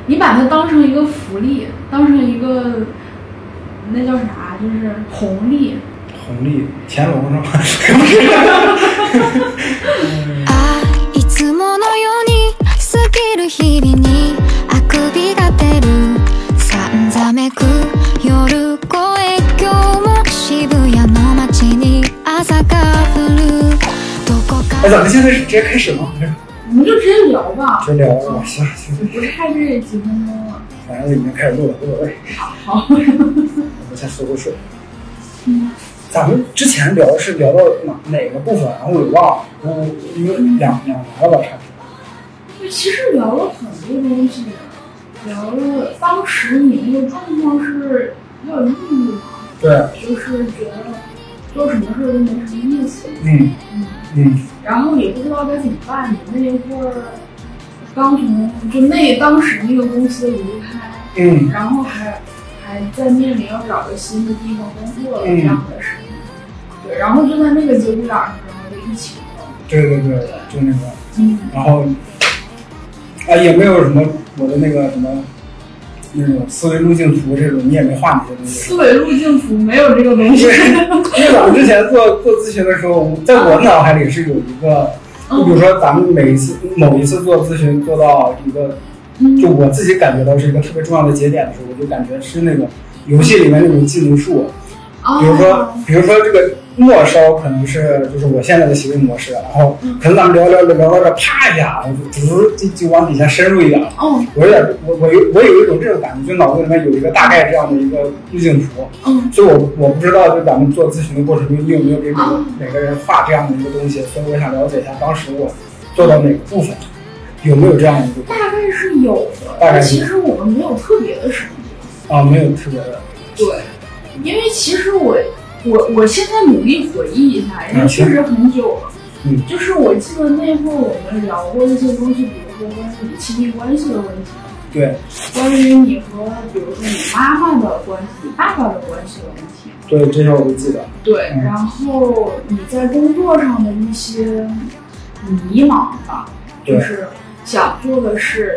你把它当成一个福利，当成一个那叫啥，就是红利。 红利，乾隆是吗？ いつものように過ぎる日々にあくびが出るさんざめく夜声今日も渋谷の街に朝が降るどこか。 咱们现在是直接开始吗？ 我们就直接聊吧。 直接聊吧，行， 不差这几分钟了。 反正已经开始录了，无所谓。 好。 我们先说水。咱们之前聊是聊到哪个部分，然后我忘了，因为两年了吧，差不多。其实聊了很多东西，聊了当时你那个状况是有点抑郁嘛？ 对， 就是觉得做什么事都没什么意思。然后也不知道该怎么办。你那会儿刚从当时那个公司离开，然后还在面临要找个新的地方工作的这样的事情。对，然后就在那个节骨眼上，然后就疫情了。对， 就那个，然后也没有什么我的那个什么那种思维路径图这种，你也没画那些东西。 思维路径图没有这个东西。 因为咱们之前做咨询的时候，在我脑海里是有一个，就比如说咱们某一次做咨询做到一个，就我自己感觉到是一个特别重要的节点的时候，我就感觉是那种游戏里面那种技能树。比如说这个末梢可能是就是我现在的行为模式，然后可能咱们聊到这，啪一下，我就往底下深入一点。我有一种这种感觉，就脑子里面有一个大概这样的一个路径图。所以我不知道，就咱们做咨询的过程中，你有没有给每个人画这样的一个东西？所以我想了解一下，当时我做到哪个部分，有没有这样一个？ 大概是有的，但其实我们没有特别的什么。 没有特别的。 对。因为其实我现在努力回忆一下，因为确实很久了。就是我记得那会儿我们聊过一些东西，比如说关于你亲密关系的问题， 对， 关于你和比如说你妈妈的关系、你爸爸的关系的问题， 对，这些我都记得。对， 然后你在工作上的一些迷茫吧，就是想做的事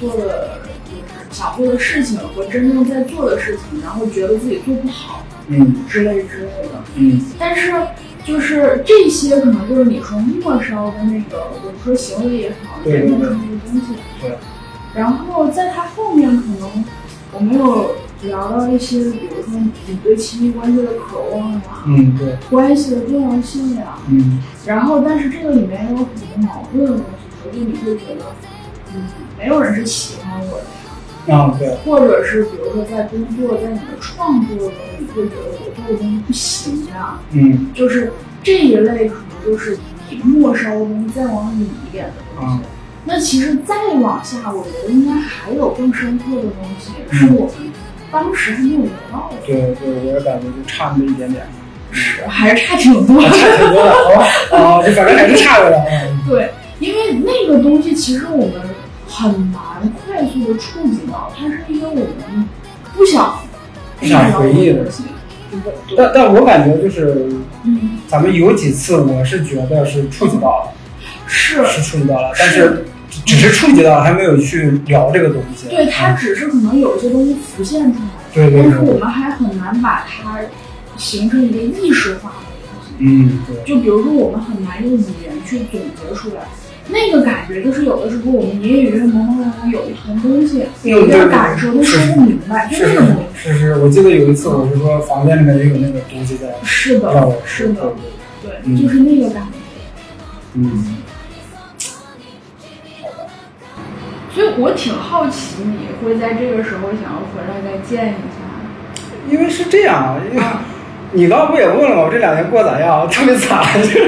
情和真正在做的事情，然后觉得自己做不好，之类的，但是就是这些可能就是你说末梢的那个，比如说行为也好，变成的那个东西， 对。 然后在它后面可能我们有聊到一些，比如说你对亲密关系的渴望呀， 对， 关系的重要性呀，然后但是这个里面有很多矛盾的东西，所以你会觉得，没有人是喜欢我的。 对， 或者是比如说在工作，在你的创作中，你会觉得我做的东西不行呀。就是这一类可能就是比末梢的东西再往里一点的东西。那其实再往下，我觉得应该还有更深刻的东西，是我们当时还没有聊到的。 对，我也感觉就差那么一点点。 是，还是差挺多的。 差挺多的，好吧？就反正还是差着的。 对，因为那个东西其实我们很难快速的触及到，它是一个我们不想回忆的。但我感觉就是，咱们有几次我是觉得是触及到了，是触及到了，但是只是触及到了，还没有去聊这个东西。 对，它只是可能有些东西浮现出来， 对， 但是我们还很难把它形成一个意识化的东西。 对。 就比如说，我们很难用语言去总结出来。那个感觉就是有的时候我们隐隐约约朦朦胧胧有一层东西，有点感受，但说不明白，就那种东西。 是，我记得有一次我是说房间里面也有那个东西在。 是的，对，就是那个感觉。 好的。 所以我挺好奇，你会在这个时候想要回来再见一下？ 因为是这样，因为你刚刚不也问了吗？我这2年过咋样？特别惨，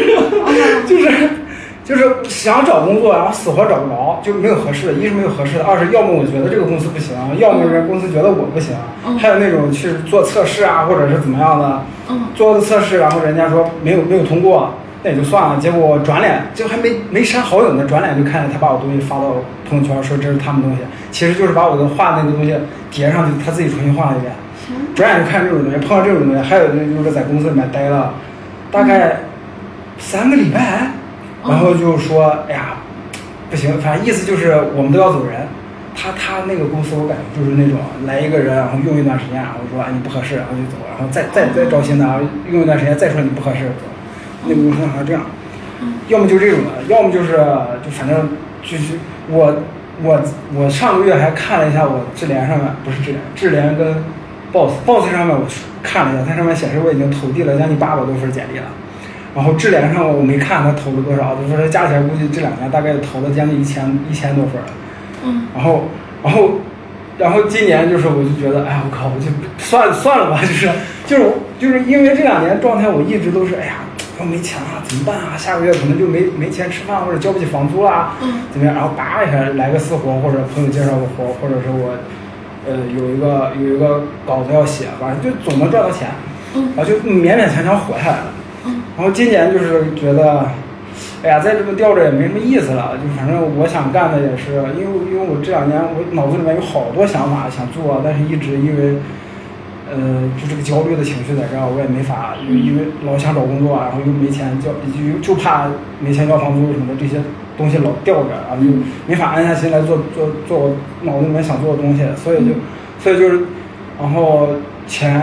就是想找工作，然后死活找不着，就没有合适的。一是没有合适的，二是要么我觉得这个公司不行，要么人公司觉得我不行。还有那种去做测试啊，或者是怎么样的，做的测试，然后人家说没有通过，那也就算了。结果我转脸就还没删好友呢，转脸就看见他把我东西发到朋友圈，说这是他们东西，其实就是把我的画那个东西叠上去，他自己重新画了一遍。转眼就看这种东西，碰到这种东西。还有就是在公司里面待了大概3个礼拜。然后就说，哎呀，不行，反正意思就是我们都要走人， 他那个公司我感觉就是那种来一个人，然后用一段时间，然后说你不合适，然后就走，然后再招新的，用一段时间再说你不合适走。那个公司好像这样，要么就这种的，要么就是就反正就是我上个月还看了一下我智联上面，不是智联跟 boss 上面我看了一下，它上面显示我已经投递了将近800多份简历了。然后智联上我没看他投了多少，就说他加起来估计这2年大概投了将近1000多份了。然后今年就是我就觉得，哎我靠，我就算了吧，就是因为这2年状态我一直都是，哎呀，要没钱了怎么办啊？下个月可能就没钱吃饭，或者交不起房租啦，怎么样？然后叭一下来个私活，或者朋友介绍个活，或者是我有一个稿子要写，反正就总能赚到钱，然后就勉勉强强活下来了。然后今年就是觉得，哎呀，再这么吊着也没什么意思了。就反正我想干的也是，因为我这2年我脑子里面有好多想法想做，但是一直因为，就这个焦虑的情绪在这儿，我也没法，因为老想找工作，然后又没钱就怕没钱交房租什么的这些东西老吊着，然后就没法安下心来做我脑子里面想做的东西，所以就是，然后。前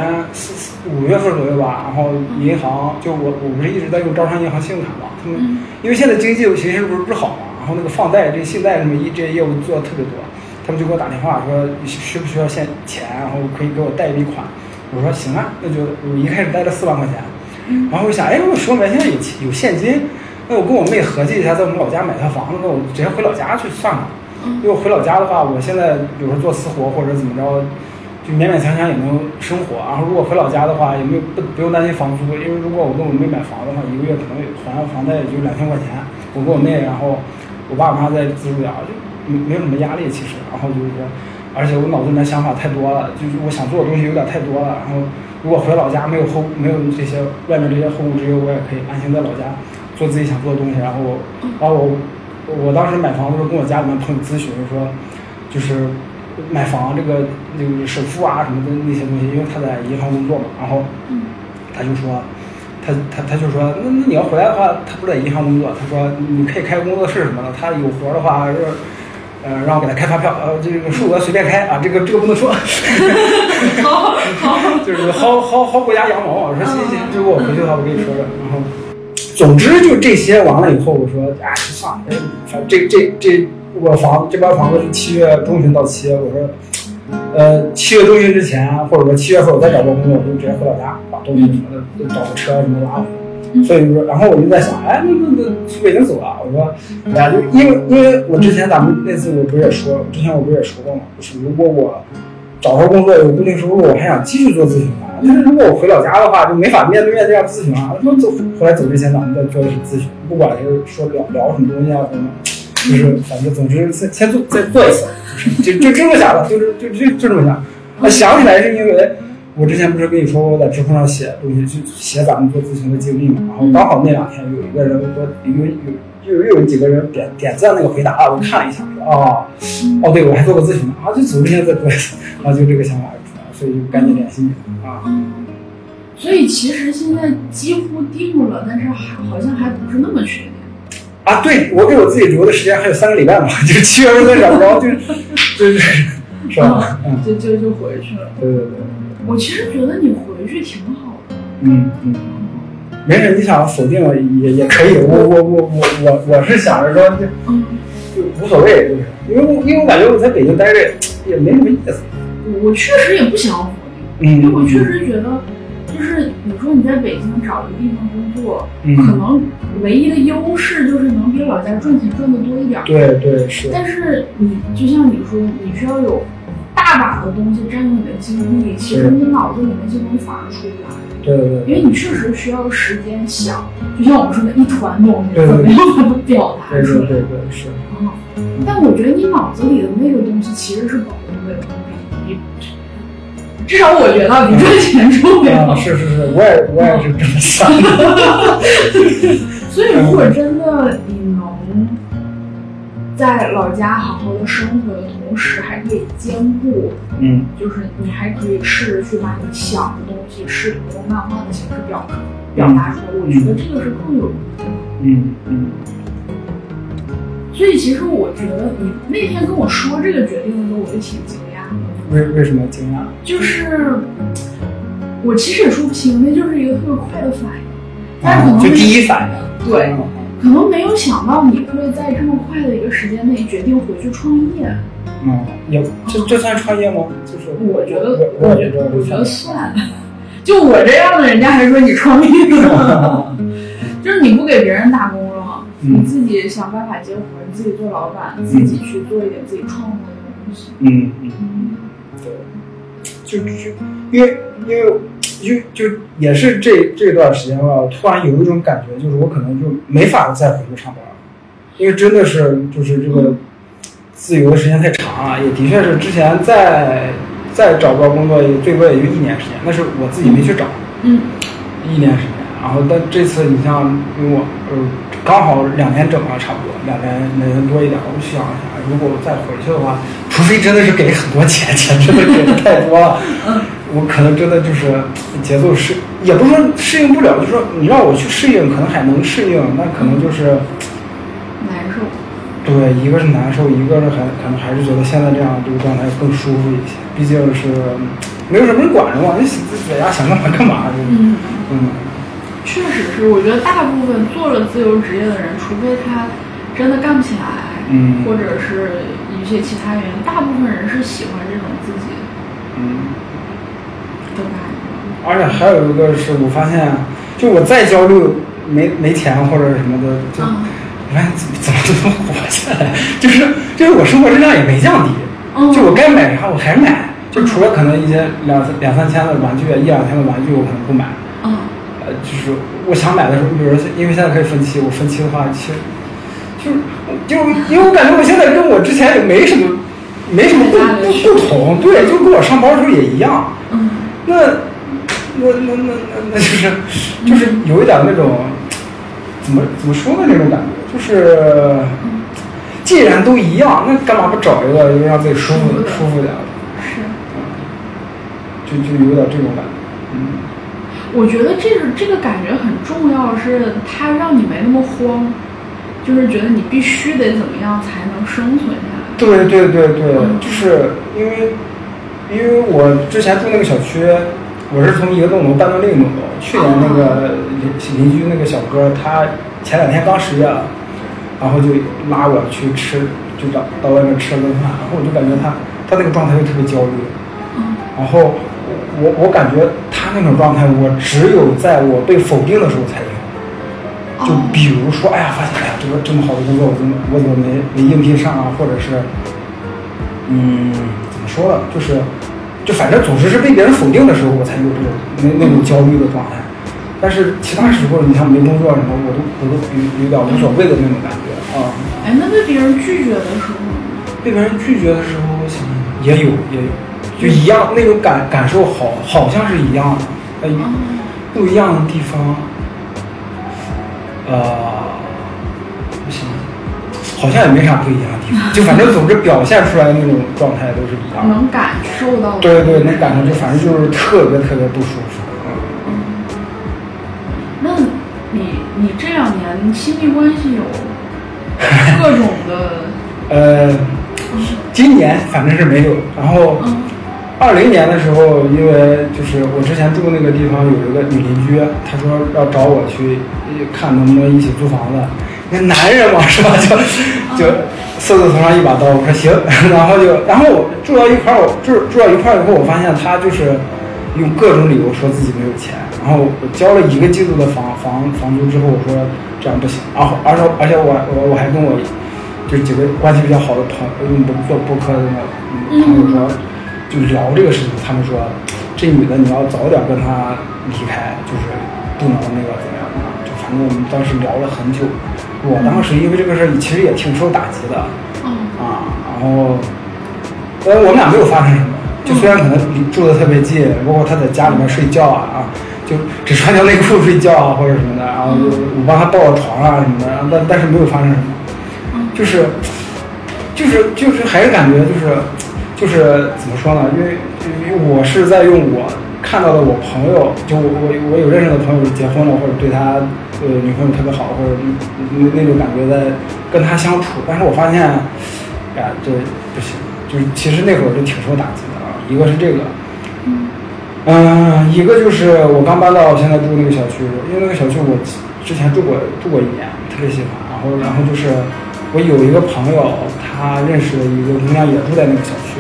5月份左右吧，然后银行就我不是一直在用招商银行信用卡嘛，他们因为现在经济形势不是好嘛，然后那个放贷这信贷什么这些业务做的特别多，他们就给我打电话说需不需要现钱，然后可以给我贷一笔款，我说行啊，那就我一开始贷了4万块钱，然后我想，哎，我手里面现在有现金，那我跟我妹合计一下，在我们老家买套房子，那我直接回老家去算了，因为我回老家的话，我现在比如说做私活或者怎么着。就勉勉强强也能生活，然后如果回老家的话，也没有不用担心房租，因为如果我跟我妹买房的话，1个月可能还房贷也就2000块钱，我跟我妹，然后我爸我妈再资助点，就没有什么压力其实。然后就是说，而且我脑子里面想法太多了，就是我想做的东西有点太多了。然后如果回老家没有这些外面这些后顾之忧，我也可以安心在老家做自己想做的东西。然后我当时买房的时候跟我家里面朋友咨询说，就是买房这个首付啊什么的那些东西，因为他在银行工作嘛，然后他就说他就说那你要回来的话，他不是在银行工作，他说你可以开工作室什么的，他有活的话让我给他开发票，这个数额随便开啊，这个不能说， 好， 就是薅国家羊毛。我说行，如果我回去的话，我跟你说说。然后，总之就这些完了以后，我说哎算了，反正这我这边房子是7月中旬到期，我说7月中旬之前，或者说7月份我再找个工作，我就直接回老家把东西什么的找个车什么拉回去。所以说，然后我就在想，哎，那去北京走了。我说，哎呀，就因为我之前咱们那次我不是也说过嘛，就是如果我找到工作有固定收入，我还想继续做咨询啊。但是如果我回老家的话，就没法面对面这样咨询啊。说后来走之前，咱们在做的是咨询，不管是说聊什么东西啊什么，就是反正总之再做一次，就这么想的，就这么想。想起来是因为。我之前不是跟你说我在知乎上写东西，就写咱们做咨询的经历嘛，然后刚好那2天有一个人有几个人点赞那个回答啊，我看了一下，说对，我还做过咨询啊，就组织现在再做一次，然后就这个想法出来，所以就赶紧联系你啊。 所以其实现在几乎定了，但是好像还不是那么确定。 啊，对，我给我自己留的时间还有3个礼拜嘛，就7月份再找着，就是吧？ 就回去了。 对。 我其实觉得你回去挺好的。 没事，你想否定我也可以。我是想着说就无所谓，就是因为我感觉我在北京待着也没什么意思。 我确实也不想否定，因为我确实觉得，就是你说你在北京找一个地方工作，可能唯一的优势就是能比老家赚钱赚得多一点。 对是。 但是你就像你说，你需要有大把的东西占用你的精力，其实你脑子里面这东西反而出不来。 对， 因为你确实需要时间想，就像我们说的一团东西，怎么样把它表达出来？ 对是。 但我觉得你脑子里的那个东西其实是宝贵的，比至少我觉得比赚钱重要。 是，我也是这么想的。 所以如果真的你能在老家好好的生活的同时，还可以兼顾，就是你还可以试着去把你想的东西试图用漫画的形式表达出来，我觉得这个是更有意义的。 所以其实我觉得你那天跟我说这个决定的时候，我就挺惊讶的。 为什么惊讶？ 就是我其实也说不清，那就是一个特别快的反应，但是可能就第一反应。 对，可能没有想到你会在这么快的一个时间内决定回去创业。 也这算创业吗？就是我觉得算。就我这样的，人家还说你创业了，就是你不给别人打工了，你自己想办法接活，你自己做老板，自己去做一点自己创作的东西。 对，因为就也是这段时间吧，突然有一种感觉，就是我可能就没法再回去上班了，因为真的是就是这个自由的时间太长了，也的确是之前再找不到工作，也最多也就1年时间，那是我自己没去找，1年时间。然后但这次你像因为我刚好2年整了，差不多2年多一点。我想一下，如果我再回去的话，除非真的是给很多钱真的给的太多了，我可能真的就是节奏也不是说适应不了，就是说你让我去适应，可能还能适应，那可能就是难受。 对，一个是难受，一个是可能还是觉得现在这样这个状态更舒服一些，毕竟是没有什么人管着嘛，你在家想干嘛干嘛。 确实是，我觉得大部分做了自由职业的人，除非他真的干不起来，或者是一些其他原因，大部分人是喜欢这种自己的感觉。 而且还有一个是我发现，就我再焦虑没钱或者什么的，就我发现怎么都能活下来，就是我生活质量也没降低，就我该买啥我还买，就除了可能一些2-3千的玩具，1-2千的玩具我可能不买。就是我想买的时候，比如说因为现在可以分期，我分期的话，其实就因为我感觉我现在跟我之前也没什么不同，对，就跟我上班的时候也一样。那就是有一点那种怎么说呢，那种感觉，就是既然都一样，那干嘛不找一个就让自己舒服点的？ 是， 就有点这种感觉。 我觉得这个感觉很重要，是它让你没那么慌，就是觉得你必须得怎么样才能生存下来。 对，就是因为我之前住那个小区，我是从一个栋楼搬到另一栋楼。去年那个邻居那个小哥，他前2天刚失业了，然后就拉我去吃，就到外面吃了顿饭，然后我就感觉他那个状态就特别焦虑，然后我感觉他那种状态，我只有在我被否定的时候才有。就比如说，哎呀，发现这么好的工作，我怎么没应聘上啊？或者是，怎么说呢？就反正总是被别人否定的时候，我才有这种那种焦虑的状态。但是其他时候，你像没工作什么，我都有点无所谓的那种感觉啊。 那被别人拒绝的时候， 被别人拒绝的时候，我想也有。就一样，那种感受好像是一样的，不一样的地方，我想好像也没啥不一样的地方，就反正总之表现出来的那种状态都是一样的， 能感受到。 对，能感受就反正就是特别不舒服。 那你这2年亲密关系有各种的？ 今年反正是没有，然后。20年的时候，因为就是我之前住那个地方有一个女邻居，她说要找我去看能不能一起租房子。那男人嘛是吧？就狮子头上一把刀，我说行，然后我住到一块儿以后，我发现他就是用各种理由说自己没有钱，然后我交了1个季度的房租之后，我说这样不行，然后而且我还跟我就是几个关系比较好的朋友，做播客的那个朋友说。就聊这个事情，他们说这女的你要早点跟她离开，就是不能那个怎么样的，就反正我们当时聊了很久。我当时因为这个事儿其实也挺受打击的，然后我们俩没有发生什么，就虽然可能住得特别近，包括她在家里面睡觉就只穿条内裤睡觉或者什么的，然后我帮她抱到床什么的，但是没有发生什么，就是还是感觉就是怎么说呢？因为我是在用我看到的我朋友，就我有认识的朋友结婚了，或者对他女朋友特别好，或者那种感觉在跟他相处，但是我发现，呀，这不行，就是其实那会儿就挺受打击的啊。一个是这个，一个就是我刚搬到现在住那个小区，因为那个小区我之前住过1年，特别喜欢。然后就是我有一个朋友，他认识了一个姑娘，也住在那个小区。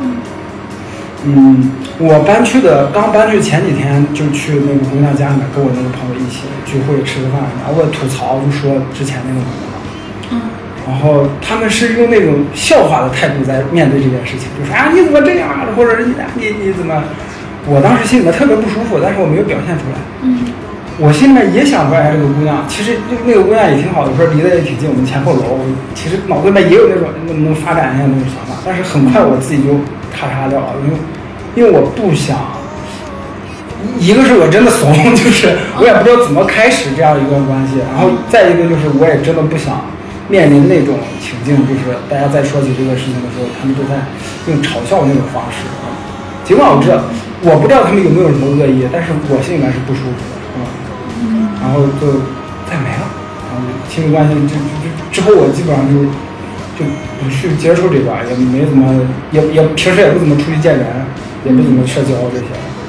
我刚搬去前几天就去那个姑娘家里面，跟我那个朋友一起聚会吃个饭，然后我吐槽就说之前那个姑娘，然后他们是用那种笑话的态度在面对这件事情，就说啊你怎么这样啊，或者是你怎么，我当时心里面特别不舒服，但是我没有表现出来。我心里面也想说，哎，这个姑娘其实那个姑娘也挺好的，说离得也挺近，我们前后楼，其实脑子里面也有那种能不能发展一下那种想法，但是很快我自己就咔嚓掉了，因为我不想，一个是我真的怂，就是我也不知道怎么开始这样一段关系，然后再一个就是我也真的不想面临那种情境，就是大家在说起这个事情的时候，他们都在用嘲笑那种方式，尽管我知道他们有没有什么恶意，但是我心里面是不舒服的。然后就再没了，然后亲密关系就之后我基本上就不去接触这段，也没怎么也平时也不怎么出去见人，也不怎么社交这些。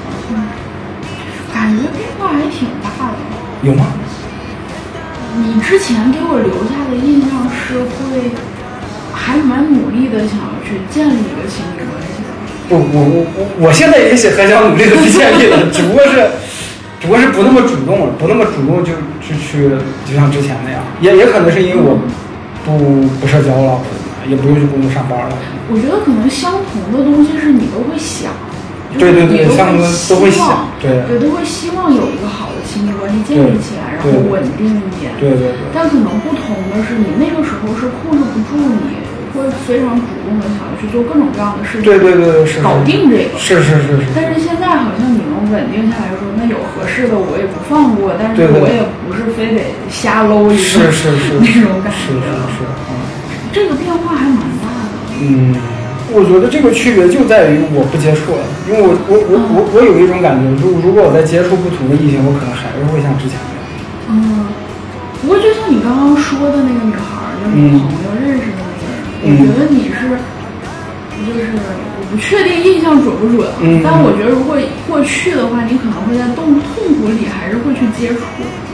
感觉变化还挺大的。 有吗？ 你之前给我留下的印象是会还蛮努力的想要去建立一个亲密关系。 我现在也很想努力的去建立了，只不过是不那么主动了，不那么主动就去，就像之前那样，也可能是因为我不社交了，也不用去工作上班了。 我觉得可能相同的东西是你都会想， 对，相同的都会想，对， 都会希望有一个好的亲密关系建立起来，然后稳定一点。 对。但可能不同的是，你那个时候是控制不住，你会非常主动的想要去做各种各样的事情。 对，是搞定这个。 是。 但是现在好像你能稳定下来说，那有合适的我也不放过，但是我也不是非得瞎搂一个，是那种感觉。 是。 这个变化还蛮大的。 我觉得这个区别就在于我不接触了，因为我有一种感觉，如果我在接触不同的异性，我可能还是会像之前那样。 不过就像你刚刚说的那个女孩，就是你朋友认识的那个人，我觉得你是，就是我不确定印象准不准，但我觉得如果过去的话，你可能会在痛苦里还是会去接触。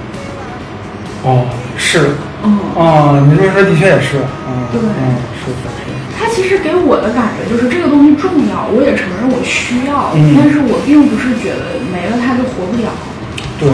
是。你说的确也是。 对。 是。 他其实给我的感觉就是这个东西重要，我也承认我需要，但是我并不是觉得没了它就活不了。 对。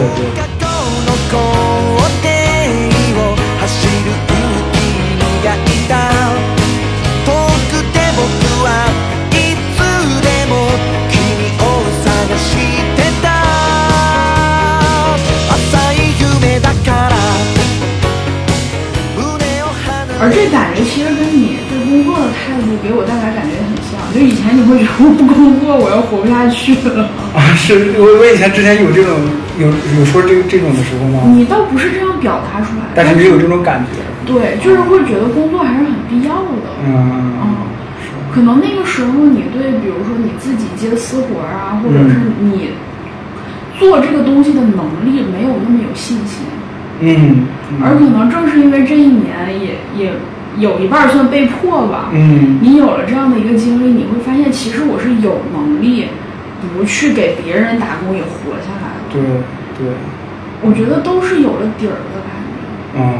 而这感觉其实跟你对工作的态度给我带来感觉很像，就以前你会觉得我不工作我要活不下去了。 是我以前之前有这种有说这种的时候吗？ 你倒不是这样表达出来， 但是你有这种感觉。 对，就是会觉得工作还是很必要的。可能那个时候你对比如说你自己接私活啊，或者是你做这个东西的能力没有那么有信心。而可能正是因为这一年也有一半算被迫吧。你有了这样的一个经历，你会发现其实我是有能力不去给别人打工也活下来的。 对。 我觉得都是有了底儿的感觉。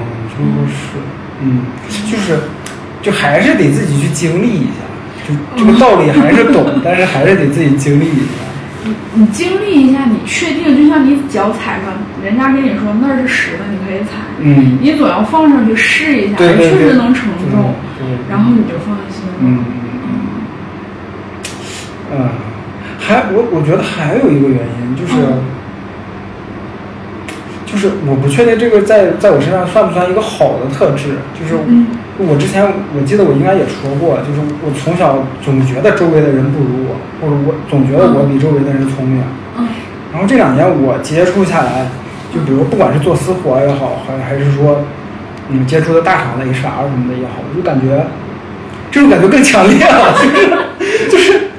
是。就还是得自己去经历一下，就这个道理还是懂，但是还是得自己经历一下。 你经历一下，你确定，就像你脚踩上，人家跟你说那是实的，你可以踩。你总要放上去试一下，确实能承重，然后你就放心了。 我觉得还有一个原因就是我不确定这个在我身上算不算一个好的特质，就是我之前我记得我应该也说过，就是我从小总觉得周围的人不如我，或者我总觉得我比周围的人聪明。然后这2年我接触下来，就比如不管是做私活也好，还是说接触的大厂的 HR 什么的也好，我就感觉这种感觉更强烈了，就是我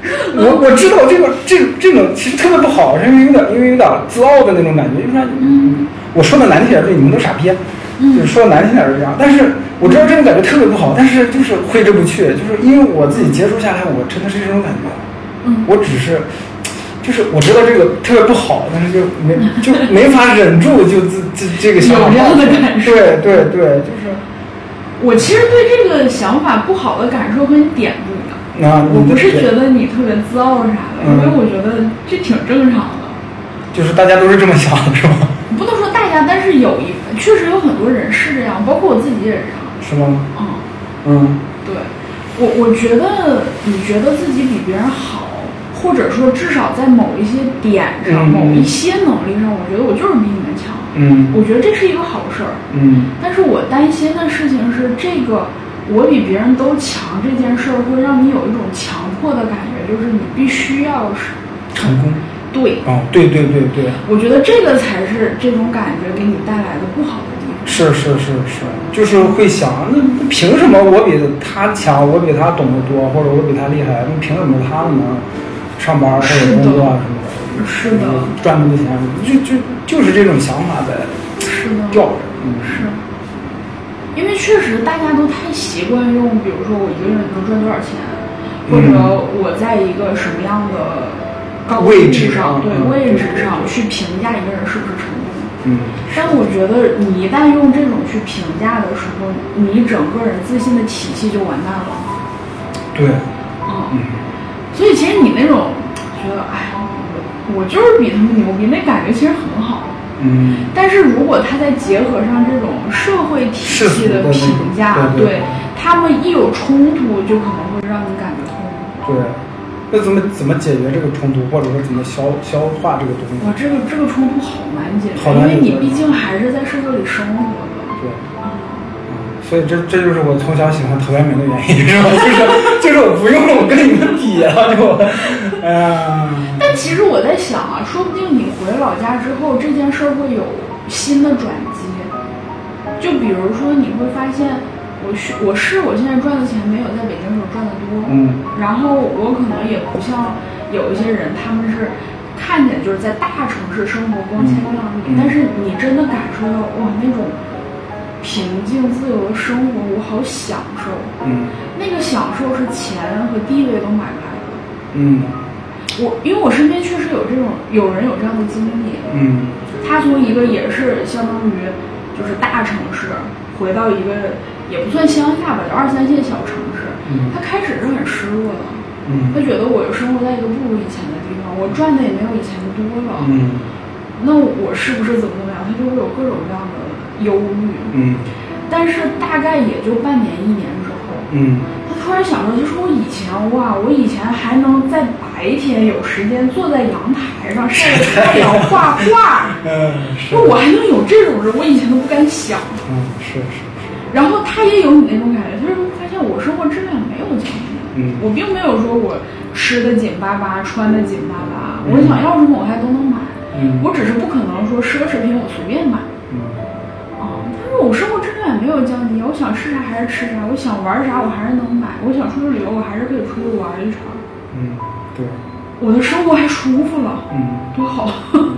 我知道这种其实特别不好，是因为有点自傲的那种感觉，就是说，我说的难听点，对你们都傻逼，就是说的难听点是这样。但是我知道这种感觉特别不好，但是就是挥之不去，就是因为我自己接触下来，我真的是这种感觉。我只是。就是我知道这个特别不好，但是就没法忍住，就这个想法。 有这样的感受。 对，就是我其实对这个想法不好的感受和你点不一样。我不是觉得你特别自傲啥的，因为我觉得这挺正常的。 就是大家都是这么想的，是吗？ 不能说大家，但是确实有很多人是这样，包括我自己也是这样。 是吗？ 对，我觉得你觉得自己比别人好。或者说，至少在某一些点上、某一些能力上，我觉得我就是比你们强。我觉得这是一个好事儿。但是我担心的事情是，这个我比别人都强这件事儿，会让你有一种强迫的感觉，就是你必须要成功。 对。 对。 我觉得这个才是这种感觉给你带来的不好的地方。 是，就是会想，那凭什么我比他强，我比他懂得多，或者我比他厉害，那凭什么他能上班或者工作啊什么的？ 是的， 赚那么多钱，就是这种想法在吊着。 是，因为确实大家都太习惯用，比如说我一个人能赚多少钱，或者我在一个什么样的高位置上，位置上去评价一个人是不是成功。但我觉得你一旦用这种去评价的时候，你整个人自信的体系就完蛋了。 对。 所以其实你那种觉得，我就是比他们牛逼，那感觉其实很好。但是如果他再结合上这种社会体系的评价，对他们一有冲突，就可能会让你感觉痛苦。 对。那怎么解决这个冲突，或者说怎么消化这个东西？ 这个冲突好难解决，因为你毕竟还是在社会里生活的。 对。所以这就是我从小喜欢陶渊明的原因，是吧？就是我不用跟你们比了，就但其实我在想啊，说不定你回老家之后，这件事会有新的转机。就比如说，你会发现。我现在赚的钱没有在北京时候赚的多，然后我可能也不像有一些人，他们是看起来就是在大城市生活光鲜亮丽，但是你真的感受到哇那种平静自由的生活，我好享受，那个享受是钱和地位都买不来的。因为我身边确实有人有这样的经历，他从一个也是相当于就是大城市回到一个。也不算乡下吧，就2、3线小城市。他开始是很失落的，他觉得我又生活在一个不如以前的地方，我赚的也没有以前多了。那我是不是怎么样？他就会有各种各样的忧虑。但是大概也就半年1年之后，他突然想到，就是我以前还能在白天有时间坐在阳台上晒着太阳画画，说我还能有这种人，我以前都不敢想。 是。 然后他也有你那种感觉，他说发现我生活质量没有降低，我并没有说我吃的紧巴巴，穿的紧巴巴，我想要什么我还都能买，我只是不可能说奢侈品我随便买。他说我生活质量也没有降低，我想吃啥还是吃啥，我想玩啥我还是能买，我想出去旅游我还是可以出去玩一场。 对， 我的生活还舒服了，多好。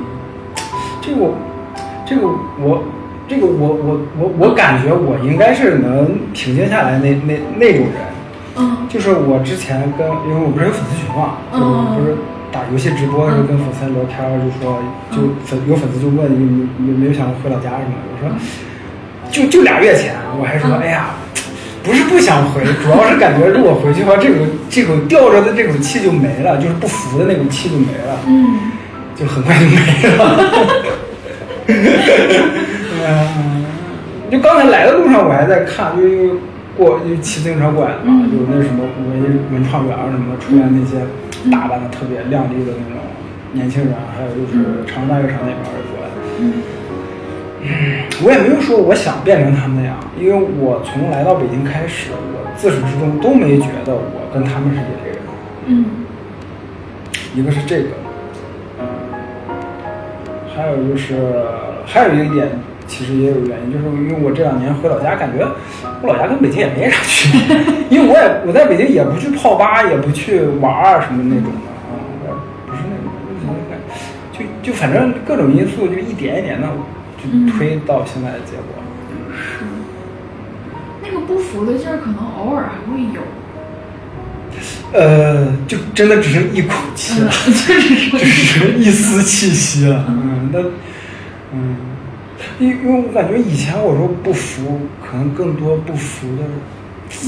我感觉我应该是能平静下来那种人。就是我之前因为我不是有粉丝群嘛，不是打游戏直播的时候跟粉丝聊天，有粉丝就问你有没有想回老家什么的，我说就2月前，我还说哎呀，不是不想回，主要是感觉如果回去的话，这种吊着的这种气就没了，就是不服的那种气就没了，就很快就没了。就刚才来的路上我还在看，就骑自行车过来嘛，有那什么文创园什么的，出来那些打扮的特别靓丽的那种年轻人，还有就是长大悦城那边过来。我也没有说我想变成他们那样，因为我从来到北京开始，我自始至终都没觉得我跟他们是一类人。一个是这个，还有一点。其实也有原因，就是因为我这2年回老家，感觉我老家跟北京也没啥区别，因为我在北京也不去泡吧，也不去玩什么那种的， 就反正各种因素就一点一点的就推到现在的结果。 是，那个不服的劲儿可能偶尔还会有。 就真的只剩一口气了，就是一丝气息了。因为我感觉以前我说不服，可能更多不服的，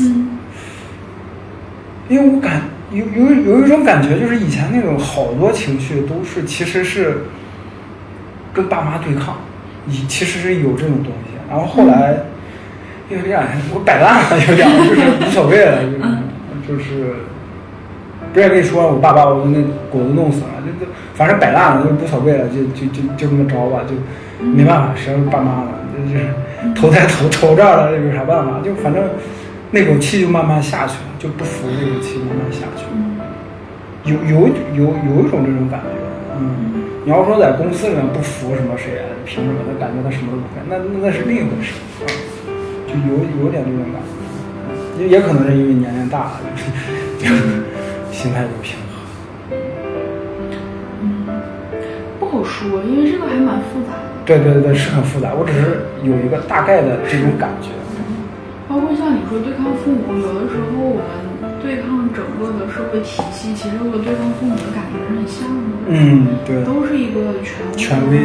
因为我有一种感觉，就是以前那种好多情绪都是其实是跟爸妈对抗，其实是有这种东西。然后后来因为这样，我摆烂了，有点就是无所谓了，就是不是跟你说我爸把我那狗子弄死了，就反正摆烂了，就无所谓了，就这么着吧，就没办法，谁是爸妈了，就是头在头这儿了，有啥办法？就反正那口气就慢慢下去了，就不服那口气慢慢下去了。有一种这种感觉。你要说在公司里面不服什么谁，凭什么？他感觉他什么都不会，那是另一回事啊。就有点这种感觉，也可能是因为年龄大了，就是心态就平和。 不好说，因为这个还蛮复杂的。 对，是很复杂。我只是有一个大概的这种感觉。 包括像你说对抗父母，有的时候我们对抗整个的社会体系，其实和对抗父母的感觉是很像的。 对， 都是一个权威。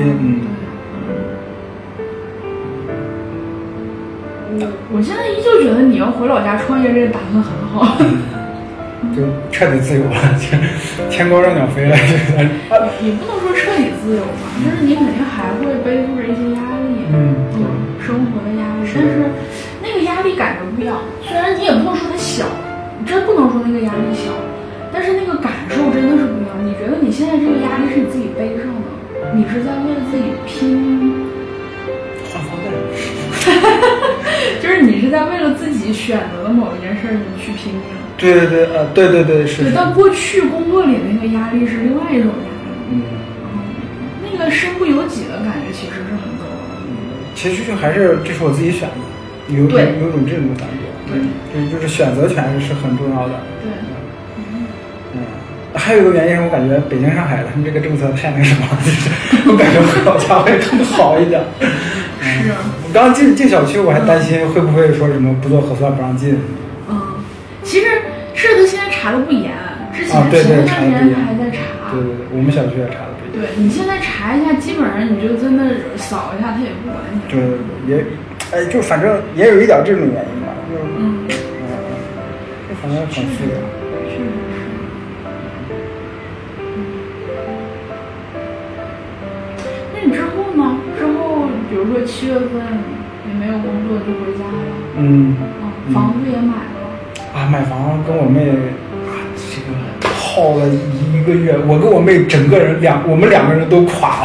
我现在依旧觉得你要回老家创业这个打算很好。 就彻底自由了，天高任鸟飞了。 也不能说彻底自由吧，但是你肯定还会背负着一些压力，生活的压力。但是那个压力感觉不一样，虽然你也不能说它小，你真不能说那个压力小，但是那个感受真的是不一样。你觉得你现在这个压力是你自己背上的，你是在为了自己拼， 换方向。 就是你是在为了自己选择的某一件事你去拼命。 对，是。 对，但过去工作里那个压力是另外一种压力。那个身不由己的感觉其实是很重要的。 其实就还是这是我自己选的，有种这种感觉。就是选择权是很重要的。 对。 还有一个原因是我感觉北京、上海他们这个政策太那什么了，就是我感觉回老家会更好一点。 是啊。 我刚进小区，我还担心会不会说什么不做核酸不让进。 其实是他现在查的不严，之前前段时间他还在查。 对，我们小区也查的不严。 对，你现在查一下，基本上你就真的扫一下，他也不管你。 对，就反正也有一点这种原因吧，就反正很复杂。 是。那你之后呢？之后比如说7月份也没有工作就回家了。房子也买了。 买房跟我妹这个耗了1个月，我跟我妹整个人我们2个人都垮了，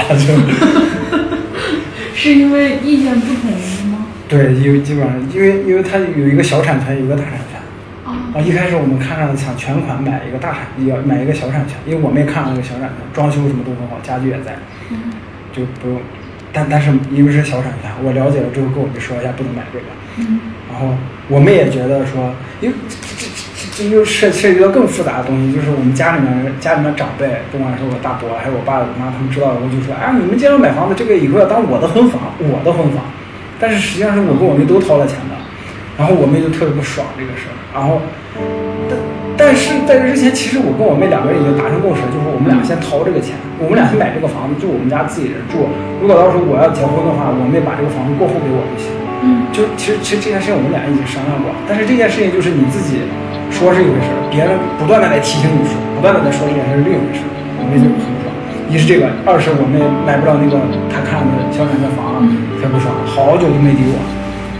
是因为意见不统一吗？ 对，基本上因为它有一个小产权，有一个大产权。一开始我们看上想全款买一个买一个小产权，因为我妹看上那个小产权，装修什么都很好，家具也在，就不用。但是因为是小产权，我了解了之后跟我妹说一下，不能买这个。然后我妹也觉得说，因为这又涉及到更复杂的东西，就是我们家里面长辈，不管是我大伯还是我爸我妈，他们知道了，我就说，你们既然买房子，这个以后要当我的婚房。但是实际上是我跟我妹都掏了钱的，然后我妹就特别不爽这个事儿。然后，但是在这之前，其实我跟我妹2个人已经达成共识，就是我们俩先掏这个钱，我们俩先买这个房子，就我们家自己人住。如果到时候我要结婚的话，我妹把这个房子过户给我就行。就其实这件事情我们俩已经商量过，但是这件事情就是你自己说是一回事，别人不断的来提醒你说，不断的在说这件事是另一回事。我妹就很不爽，一是这个，二是我妹买不到那个她看的小产权房，特别不爽，好久都没理我。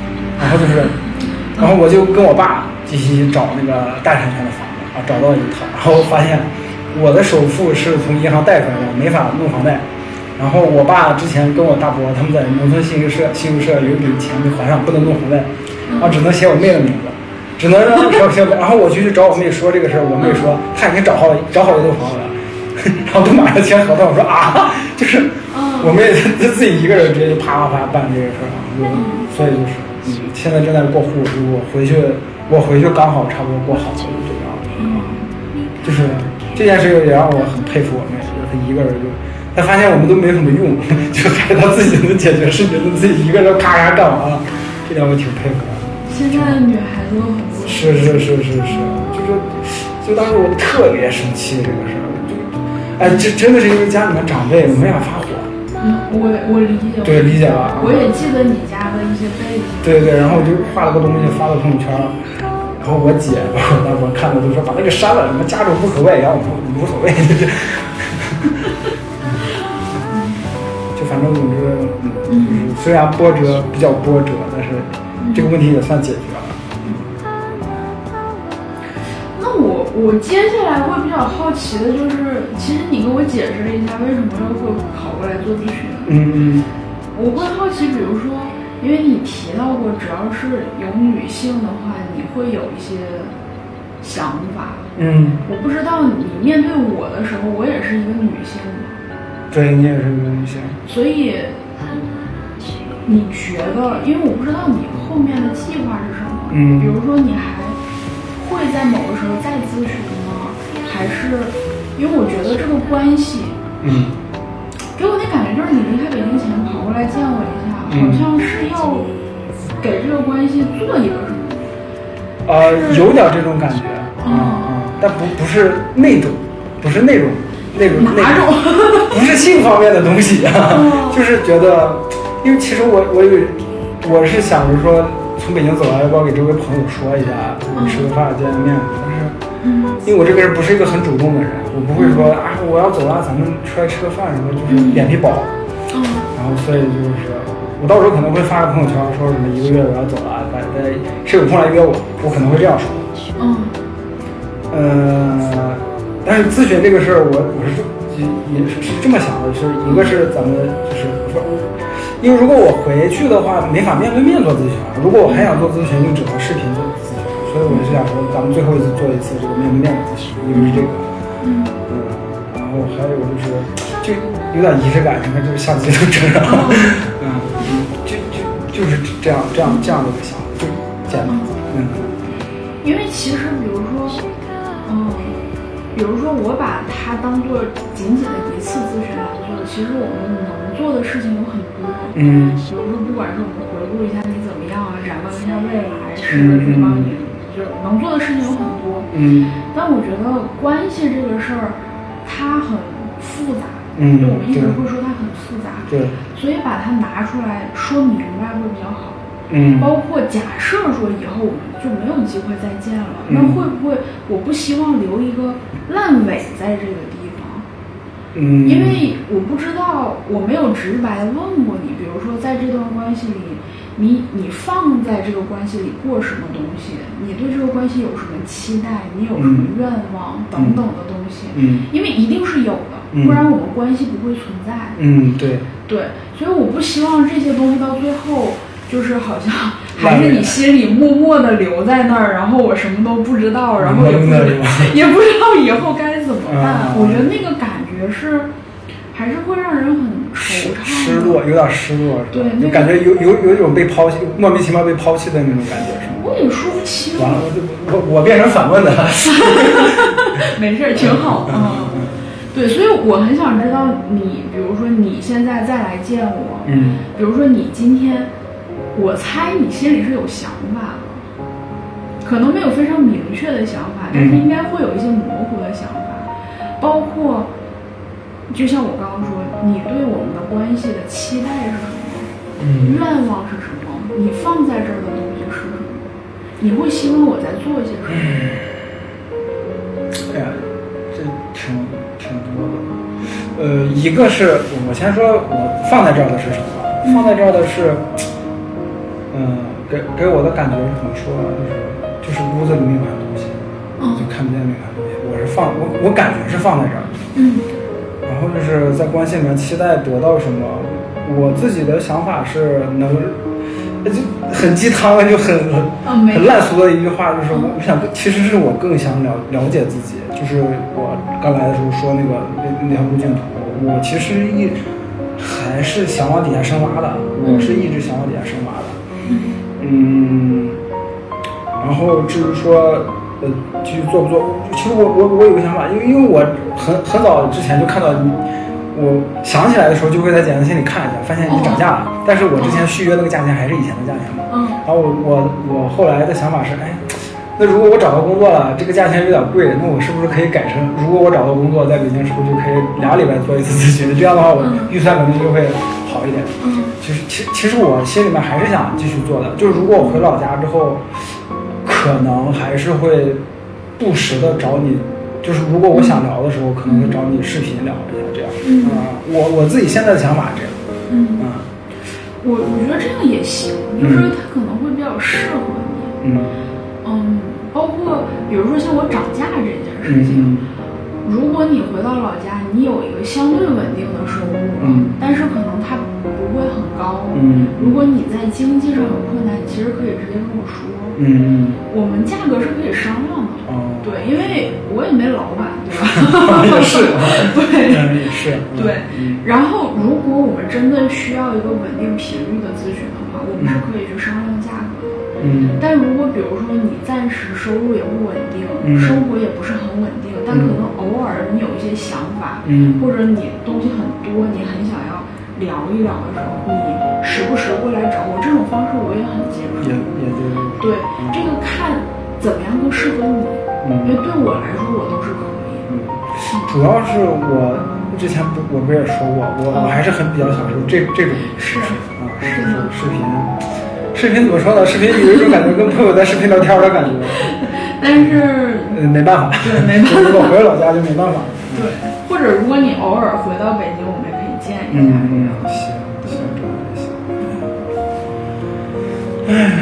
然后我就跟我爸继续找那个大产权的房子找到一套，然后发现我的首付是从银行贷出来的，没法弄房贷。然后我爸之前跟我大伯他们在农村信用社有一笔钱没还上，不能弄房贷，只能写我妹的名字，只能让然后我就去找我妹说这个事儿，我妹说她已经找好一栋房子了，然后都马上签合同。我说就是我妹她自己一个人直接就啪办这个事儿所以就是现在正在过户，我回去刚好差不多过好了，就这样。就是这件事也让我很佩服我妹，就是她一个人就他发现我们都没什么用，就还是他自己能解决事情，他自己一个人咔咔干完了，这点我挺佩服的。 现在的女孩子都很多。 是，就当时我特别生气这个事儿，这真的是因为家里面长辈没法发火。 我理解。 对，理解了。 我也记得你家的一些背景。 对，然后我就画了个东西发到朋友圈，然后我姐我大伯看了都说把那个删了，什么家丑不可外扬，我说无所谓。就反正总之，虽然比较波折，但是这个问题也算解决了。 那我接下来会比较好奇的就是，其实你跟我解释了一下为什么又会跑过来做咨询。我会好奇，比如说，因为你提到过，只要是有女性的话，你会有一些想法。我不知道你面对我的时候，我也是一个女性嘛。 对，你也是一个女性。所以你觉得，因为我不知道你后面的计划是什么。比如说你还会在某个时候再咨询吗？还是因为我觉得这个关系，给我那感觉就是你离开北京前跑过来见我一下，好像是要给这个关系做一个什么？ 有点这种感觉。但不是那种， 哪种？ 不是性方面的东西就是觉得，因为其实我是想着说，从北京走来，要不要给这位朋友说一下，吃个饭见面。但是，因为我这个人不是一个很主动的人，我不会说我要走了，咱们出来吃个饭什么，就是脸皮薄。然后所以就是我到时候可能会发个朋友圈，说什么1个月我要走了，谁有空来约我，我可能会这样说。但是咨询这个事儿，我是也是这么想的，是一个是咱们就是说，因为如果我回去的话，没法面对面做咨询，如果我还想做咨询，就只能视频做咨询，所以我就想说，咱们最后一次做一次这个面对面的咨询，一个是这个，然后还有就有点仪式感，你看就是相机都这样，就是这样的一个想法，就简单， 因为其实比如说我把它当做仅仅的一次咨询来做，其实我们能做的事情有很多。比如说不管是我们回顾一下你怎么样啊，展望一下未来，是去帮你，就能做的事情有很多。但我觉得关系这个事儿，它很复杂。就我们一直会说它很复杂。 对。 所以把它拿出来说明白会比较好。包括假设说以后我们就没有机会再见了，那会不会我不希望留一个烂尾在这个地方？因为我不知道，我没有直白的问过你，比如说在这段关系里，你放在这个关系里过什么东西？你对这个关系有什么期待？你有什么愿望等等的东西？因为一定是有的，不然我们关系不会存在。对，所以我不希望这些东西到最后。就是好像还是你心里默默的留在那儿，然后我什么都不知道，然后也不知道以后该怎么办。我觉得那个感觉还是会让人很惆怅、 失落，有点失落。 对， 就感觉有一种被抛弃、莫名其妙被抛弃的那种感觉，是吗？ 我也说不清。 完了，我变成反问的了。 没事，挺好。对，所以我很想知道你，比如说你现在再来见我，比如说你今天。我猜你心里是有想法的，可能没有非常明确的想法，但是应该会有一些模糊的想法，包括就像我刚刚说，你对我们的关系的期待是什么？愿望是什么？你放在这儿的东西是什么？你会希望我在做些什么？ 哎呀，这挺多的。一个是我先说我放在这儿的是什么？放在这儿的是。给我的感觉是怎么说呢？就是屋子里那款东西，就看不见那款东西。我感觉是放在这儿。然后就是在关系里面期待得到什么，我自己的想法是能，就很鸡汤，就很烂俗的一句话，就是我想，其实是我更想了解自己。就是我刚来的时候说那条路径图，我其实还是想往底下深挖的，我是一直想往底下深挖的。然后至于说继续做不做，其实我有个想法，因为我很早之前就看到我想起来的时候就会在简单信里看一下，发现你涨价了，但是我之前续约那个价钱还是以前的价钱嘛。然后我后来的想法是，哎，那如果我找到工作了，这个价钱有点贵，那我是不是可以改成，如果我找到工作在北京，是不是就可以2礼拜做一次咨询？这样的话，我预算可能就会好一点。其实我心里面还是想继续做的，就是如果我回老家之后，可能还是会不时的找你，就是如果我想聊的时候，可能会找你视频聊一下这样。我自己现在的想法这样。 我觉得这样也行，就是它可能会比较适合你。包括比如说像我涨价这件事情，如果你回到老家，你有一个相对稳定的收入，但是可能它不会很高。如果你在经济上有困难，你其实可以直接跟我说，我们价格是可以商量的。对，因为我也没老板，对吧？ 也是， 对， 也是， 对。然后，如果我们真的需要一个稳定频率的咨询的话，我们是可以去商量价格的。但如果比如说你暂时收入也不稳定，生活也不是很稳定，但可能偶尔你有一些想法，或者你东西很多，你很想要聊一聊的时候，你时不时过来找我，这种方式我也很接受。对，这个看怎么样更适合你，因为对我来说我都是可以。 主要是我之前我不是也说过，我还是很比较享受这种是视频。视频怎么说呢？视频有一种感觉跟朋友在视频聊天的感觉， 但是没办法， 对，没办法。 如果回老家就没办法。 对，或者如果你偶尔回到北京，我们也可以见一下。 行，这样也行。唉，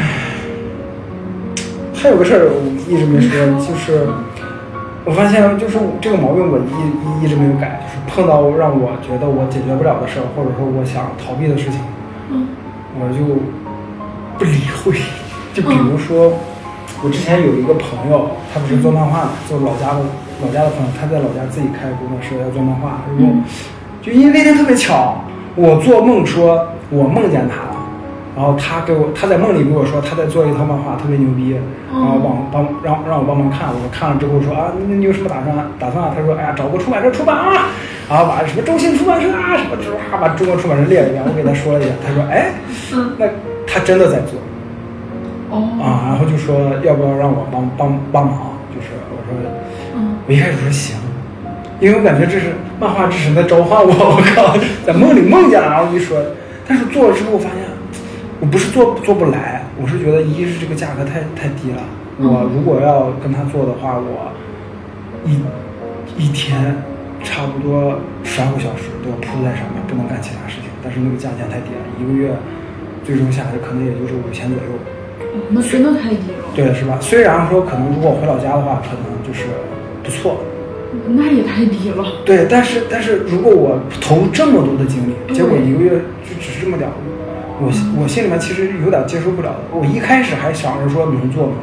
还有个事儿我一直没说，就是我发现就是这个毛病我一直没有改，就是碰到让我觉得我解决不了的事儿，或者说我想逃避的事情，我就不理会。就比如说，我之前有一个朋友，他不是做漫画的，做老家的朋友，他在老家自己开工作室要做漫画，就因为那天特别巧，我做梦说我梦见他了，然后他在梦里跟我说他在做一套漫画特别牛逼，然后让我帮忙看，我看了之后说啊，你有什么打算啊？他说哎呀，找个出版社出版啊，然后把什么周信出版社啊什么把中国出版社列了一遍，我给他说了一下，他说哎，那他真的在做。然后就说要不要让我帮忙，就是我说，我一开始说行，因为我感觉这是漫画之神在召唤我，我靠，在梦里梦见了，然后一说，但是做了之后我发现，我不是做不来，我是觉得一是这个价格太低了，我如果要跟他做的话，我一天差不多12个小时都要扑在上面，不能干其他事情，但是那个价钱太低了，一个月最终下来可能也就是5000左右。 那真的太低了。 对，是吧？虽然说可能如果我回老家的话，可能就是不错。 那也太低了。 对，但是如果我投入这么多的精力，结果一个月就只是这么点，我心里面其实有点接受不了的。我一开始还想着说能做。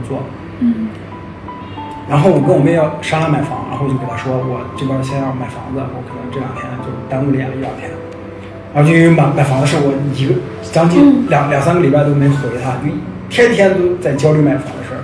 然后我跟我妹要商量买房，然后我就给她说，我这边先要买房子，我可能这2天就耽误了1-2天。然后就因为买房的事，我将近2-3个礼拜都没回她，就天天都在焦虑买房的事儿。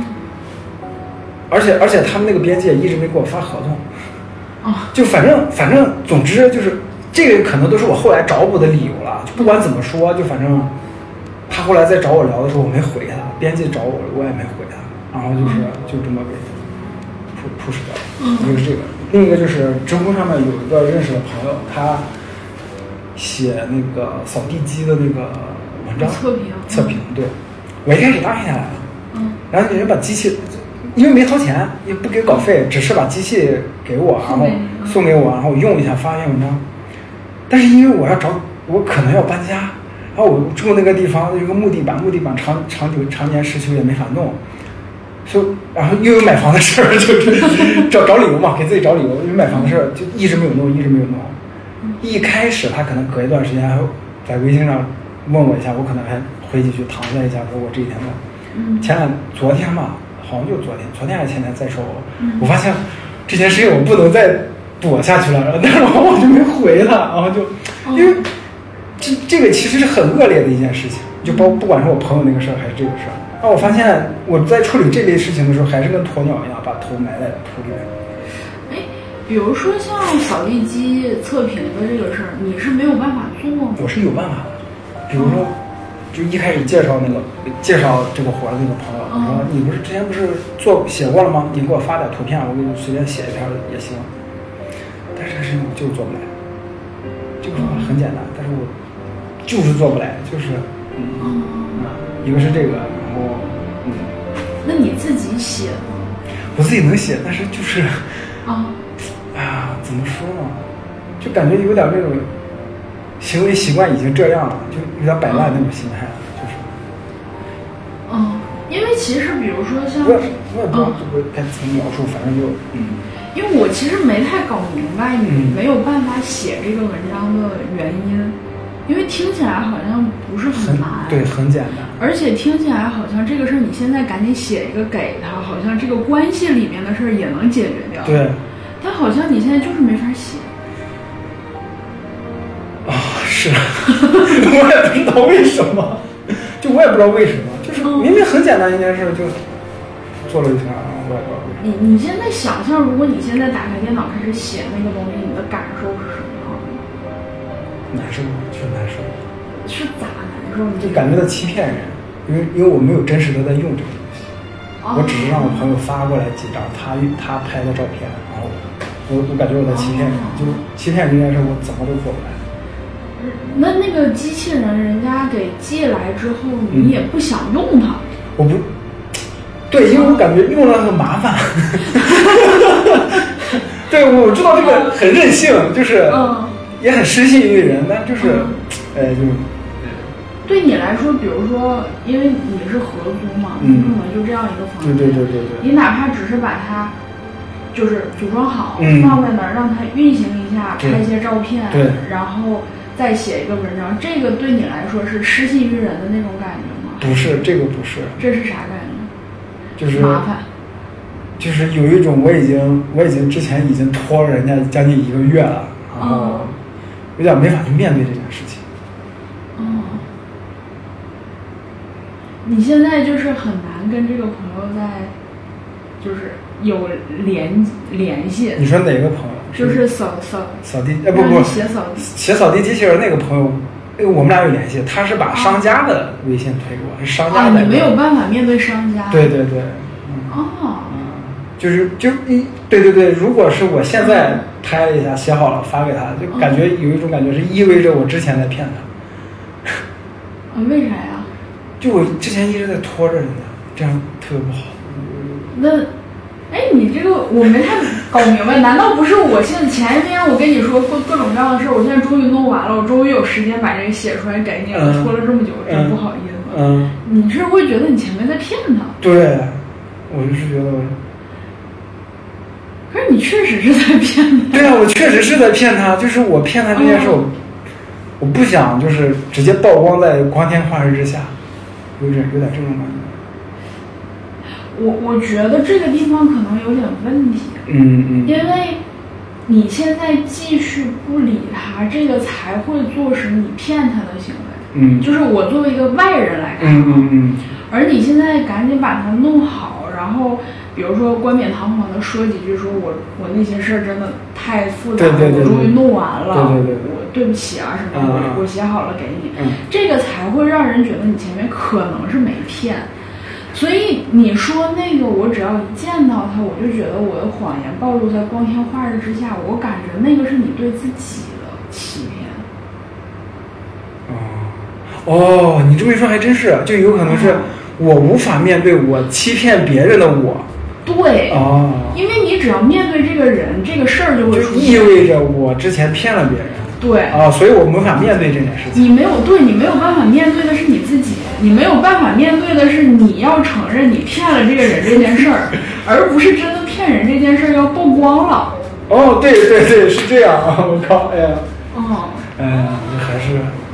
而且他们那个边界一直没给我发合同。就反正总之就是这个可能都是我后来找补的理由了。就不管怎么说，就反正他后来在找我聊的时候，我没回他，边界找我也没回他，然后就这么给push掉了。一个是这个，另一个就是知乎上面有一个认识的朋友，他写那个扫地机的那个文章测评，对，我一开始答应下来了，然后人把机器，因为没掏钱，也不给稿费，只是把机器给我，然后送给我，然后我用一下发一篇文章。但是因为我可能要搬家，然后我住那个地方有个木地板常年失修也没法弄，然后又有买房的事儿，就是找理由嘛，给自己找理由，因为买房的事儿就一直没有弄。一开始他可能隔一段时间还在微信上问我一下，我可能还回几句搪塞一下，说我这几天的。昨天吧，好像就昨天还是前天再说我发现这件事情我不能再躲下去了，但是我就没回他，然后就因为这个其实是很恶劣的一件事情，就不管是我朋友那个事儿还是这个事儿。然后我发现我在处理这类事情的时候，还是跟鸵鸟一样，把头埋在土里面。 比如说像扫地机测评的这个事儿，你是没有办法做吗？ 我是有办法的，比如说，就一开始介绍这个活的那个朋友，我说你不是之前不是写过了吗？你给我发点图片，我给你随便写一篇也行。但是这个事情我就是做不来，这个方法很简单，但是我就是做不来，就是一个是这个，然后那你自己写吗？ 我自己能写，但是就是怎么说呢？就感觉有点那种行为习惯已经这样了，就有点摆烂那种心态了，就是。 因为其实比如说像我也不知道这个该怎么描述，反正就因为我其实没太搞明白你没有办法写这个文章的原因，因为听起来好像不是很难， 对，很简单， 而且听起来好像这个事儿你现在赶紧写一个给他，好像这个关系里面的事儿也能解决掉。 对， 但好像你现在就是没法写。 是，我也不知道为什么，我也不知道为什么，就是明明很简单一件事就做了一下，我也不知道为什么。 你现在想象，如果你现在打开电脑开始写那个东西，你的感受是什么样的？ 难受，是难受。 是咋难受？ 就感觉到欺骗人，因为我没有真实的在用这个东西，我只是让我朋友发过来几张他拍的照片，然后我感觉我在欺骗人，就欺骗这件事我怎么都做不来。 那个机器人家给寄来之后，你也不想用它？ 我不对，因为我感觉用了很麻烦。对，我知道这个很任性，就是也很失信于人，但就是对你来说，比如说，因为你是合租嘛，你可能就这样一个房间， 对， 你哪怕只是把它就是组装好，放在那儿，让它运行一下，拍一些照片， 对， 然后再写一个文章，这个对你来说是失信于人的那种感觉吗？ 不是，这个不是。 这是啥感觉？ 就是麻烦。 就是有一种我已经之前已经拖了人家将近1个月了，然后有点没法去面对这件事情。 你现在就是很难跟这个朋友就是有联系。 你说哪个朋友？ 就是扫地不写扫地机器人那个朋友，我们俩有联系，他是把商家的微信推给我，是商家的。 你没有办法面对商家。 对。对，如果是我现在拍了一下写好了发给他，就感觉有一种感觉是意味着我之前在骗他。 为啥呀？ 就我之前一直在拖着人家，这样特别不好。 你这个我没太搞明白，难道不是我现在前一天我跟你说各种各样的事儿，我现在终于弄完了，我终于有时间把这个写出来给你了，拖了这么久，真不好意思。你是会觉得你前面在骗他？对， 我就是觉得。 可是你确实是在骗他。 对啊，我确实是在骗他，就是我骗他这件事，我不想就是直接曝光在光天化日之下，有点这种感觉。 我觉得这个地方可能有点问题，因为你现在继续不理他，这个才会坐实你骗他的行为，就是我作为一个外人来看，而你现在赶紧把它弄好，然后比如说冠冕堂皇的说几句，说我那些事儿真的太复杂了，我终于弄完了，我对不起啊什么的，我写好了给你，这个才会让人觉得你前面可能是没骗。所以你说那个，我只要一见到他，我就觉得我的谎言暴露在光天化日之下，我感觉那个是你对自己的欺骗。 你这么一说还真是，就有可能是我无法面对我欺骗别人的我。 对，因为你只要面对这个人，这个事儿就会出现， 意味着我之前骗了别人。 对所以我没法面对这件事情。 你没有办法面对的是你自己，你没有办法面对的是你要承认你骗了这个人这件事儿，而不是真的骗人这件事儿要曝光了。 对，是这样啊！我靠，还是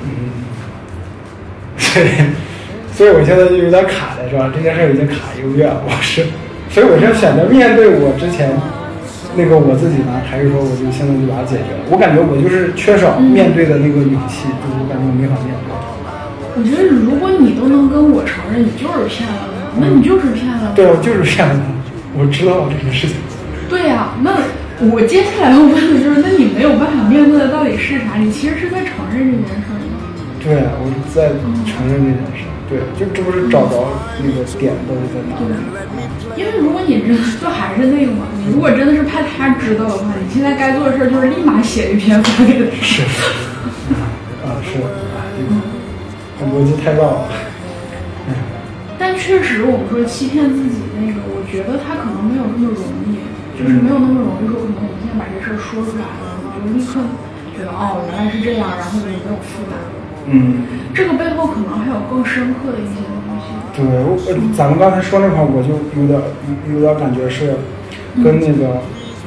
对，所以我现在就有点卡在这儿，这件事已经卡1个月了，所以我是选择面对我之前。那个我自己呢，还是说我就现在就把它解决了？我感觉我就是缺少面对的那个勇气，就是我感觉我没法面对。 我觉得如果你都能跟我承认你就是骗了他，那你就是骗了他。 对，我就是骗了他，我知道这件事情。 对呀，那我接下来要问的就是，那你没有办法面对的到底是啥？你其实是在承认这件事儿吗？ 对啊，我是在承认这件事。对，就这不是找着那个点都是在哪里？ 因为如果你真的就还是那个嘛，你如果真的是怕他知道的话，你现在该做的事儿就是立马写一篇发给他。 是，是，逻辑太绕了。 但确实，我们说欺骗自己那个，我觉得他可能没有那么容易，就是没有那么容易说，可能我们现在把这事儿说出来了，你就立刻觉得哦，原来是这样，然后我就没有负担。这个背后可能还有更深刻的一些东西。 对，咱们刚才说那块，我就有点感觉是跟那个，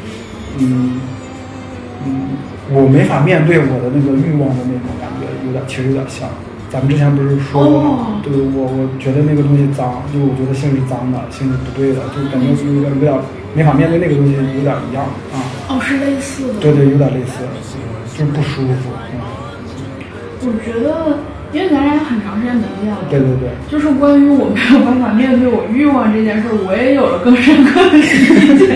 我没法面对我的那个欲望的那种感觉，其实有点像。咱们之前不是说过吗？对，我觉得那个东西脏，就我觉得性是脏的，性是不对的，就感觉有点没法面对那个东西，有点一样啊。 是类似的。 对，有点类似，就是不舒服。 我觉得，因为咱俩很长时间没见了， 对， 就是关于我没有办法面对我欲望这件事，我也有了更深刻的理解。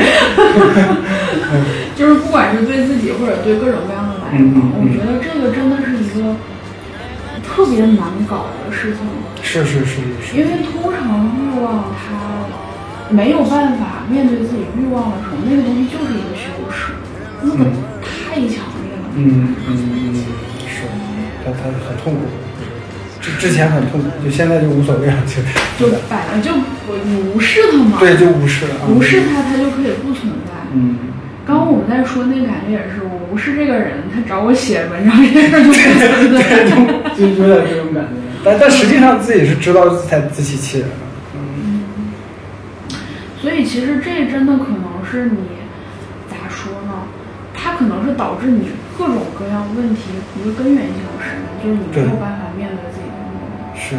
就是不管是对自己或者对各种各样的来访，我觉得这个真的是一个特别难搞的事情。 是。 因为通常欲望它没有办法面对自己欲望的时候，那个东西就是一个羞耻，那个太强烈了。 是。他很痛苦，之前很痛苦，就现在就无所谓了， 就摆了，就我无视他嘛。 对，就无视了， 无视他，他就可以不存在。刚刚我们在说那个感觉也是，我无视这个人，他找我写文章这件事就不存在， 就有点这种感觉。但实际上自己是知道才自欺欺人的。 所以其实这真的可能是你咋说呢？它可能是导致你各种各样问题一个根源性的事情，就是你没有办法面对自己的欲望。 是。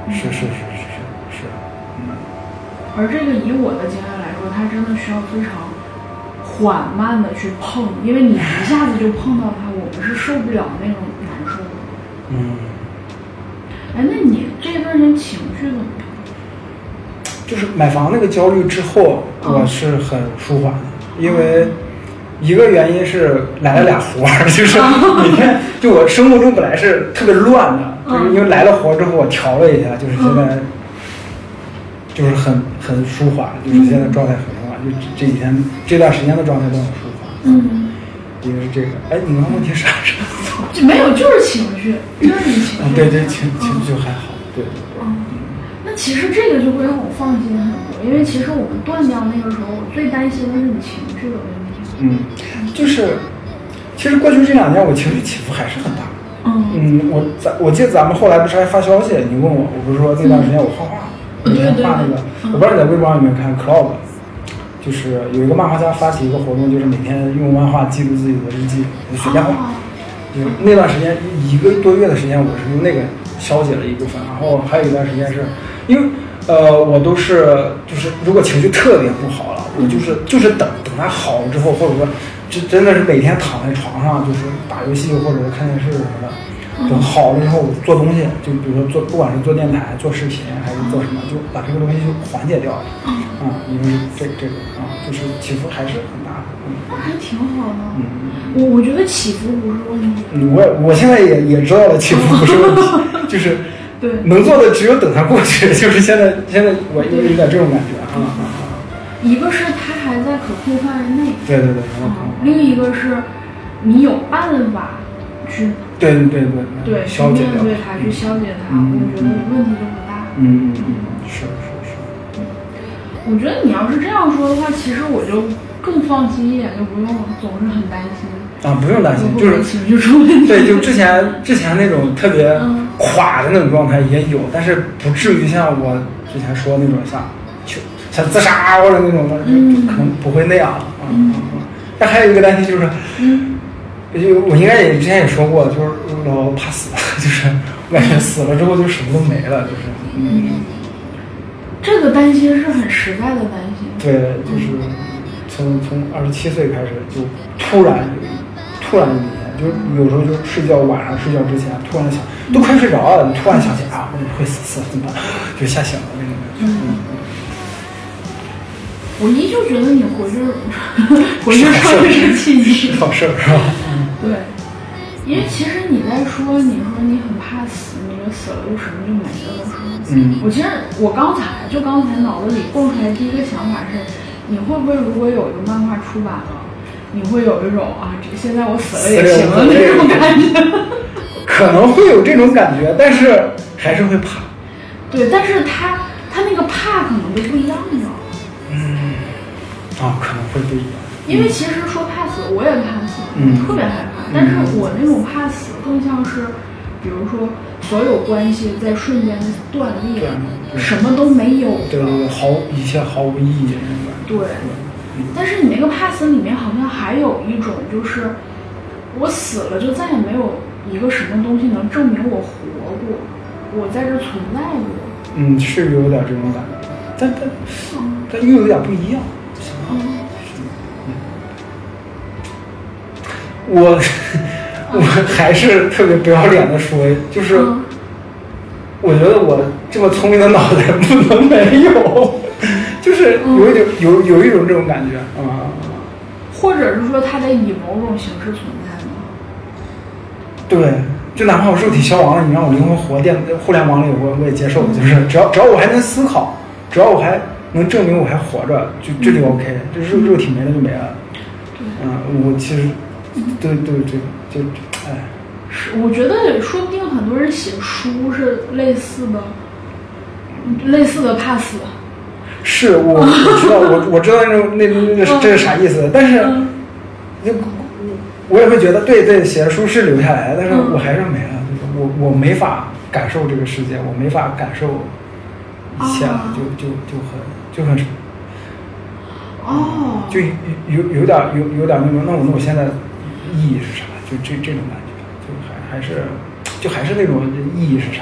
而这个以我的经验来说，它真的需要非常缓慢的去碰，因为你一下子就碰到它，我们是受不了那种难受的。那你这段时间情绪怎么样？ 就是买房那个焦虑之后，我是很舒缓的，因为一个原因是来了俩活儿，就是每天就我生物钟本来是特别乱的，就是因为来了活之后我调了一下，就是现在就是很舒缓，就是现在状态很舒缓，就这几天这段时间的状态都很舒缓。因为这个，你们问题是啥？ 就没有，就是情绪，就是你情绪。 对，情绪还好，对。 那其实这个就会让我放心很多，因为其实我们断掉那个时候，我最担心的是你情绪的问题。 就是其实过去这2年我情绪起伏还是很大。我记得咱们后来不是还发消息，你问我不是说那段时间我画画，每天画那个，我不知道你在微博上有没有看 Club， 就是有一个漫画家发起一个活动，就是每天用漫画记录自己的日记，随便画。就那段时间1个多月的时间，我是用那个消解了一部分，然后还有一段时间是因为我都是就是如果情绪特别不好了，我就是等它好了之后，或者说真的是每天躺在床上就是打游戏或者是看电视什么的，等好了之后我做东西，就比如说不管是做电台、做视频还是做什么，就把这个东西就缓解掉了。因为这个就是起伏还是很大的。 那还挺好的。我觉得起伏不是问题。 我现在也知道了起伏不是问题，就是对能做的只有等它过去，就是现在我有点这种感觉一个是它还在可控范围内， 对， 另一个是你有办法去对消解掉它，去消解它，我觉得问题就不大。 是。 我觉得你要是这样说的话，其实我就更放心一点，就不用总是很担心。 不用担心，就是情绪出问题。 对，就之前那种特别垮的那种状态也有，但是不至于像我之前说那种像自杀或者那种的，可能不会那样。但还有一个担心就是，我应该也之前也说过，就是老怕死，就是感觉死了之后就什么都没了，就是这个担心是很实在的担心。 对，就是从27岁开始就突然有一天，就是有时候就晚上睡觉之前突然想，都快睡着了，你突然想起我会死怎么办，就吓醒了那种感觉。 我依旧觉得你活着穿的是契机， 好事是吧？ 对，因为其实你在说你很怕死，你说死了就什么就没了的时候，我刚才脑子里蹦出来第一个想法是，你会不会如果有一个漫画出版了，你会有一种现在我死了也行了那种感觉。 可能会有这种感觉，但是还是会怕。 对，但是他那个怕可能就不一样了。 可能会不一样。 因为其实说怕死，我也怕死，特别害怕。但是我那种怕死更像是，比如说所有关系在瞬间断裂，什么都没有。 对，一切毫无意义那种感觉。 对。但是你那个怕死里面好像还有一种，就是我死了就再也没有一个什么东西能证明我活过，我在这存在过。 是有点这种感觉，但又有点不一样。我还是特别不要脸的说，就是我觉得我这么聪明的脑袋不能没有，就是有一种这种感觉或者是说它得以某种形式存在吗？ 对，就哪怕我肉体消亡了，你让我灵魂活互联网里，我也接受，就是只要我还能思考，只要我还能证明我还活着，这就 OK， 就是肉体没了就没了。我其实对就是，我觉得说不定很多人写书是类似的怕死。 是我知道我知道那这是啥意思，但是我也会觉得对写书是留下来的，但是我还是没了，就是我没法感受这个世界，我没法感受一切了，就很就有点那种，那我现在意义是啥？就这种感觉，就还是那种意义是啥？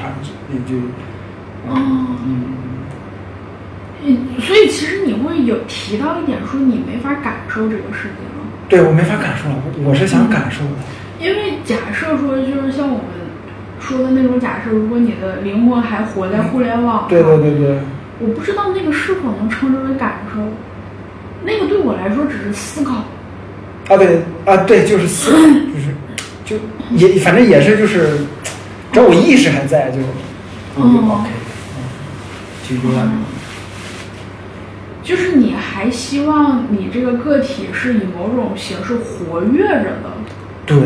所以其实你会有提到一点说你没法感受这个世界吗？ 对，我没法感受了，我是想感受的。 因为假设说就是像我们说的那种假设，如果你的灵魂还活在互联网上， 对， 我不知道那个是否能称之为感受。那个对我来说只是思考。 对，就是思考，就也反正也是就是，只要我意识还在就 OK， 就有点。 就是你还希望你这个个体是以某种形式活跃着的。 对，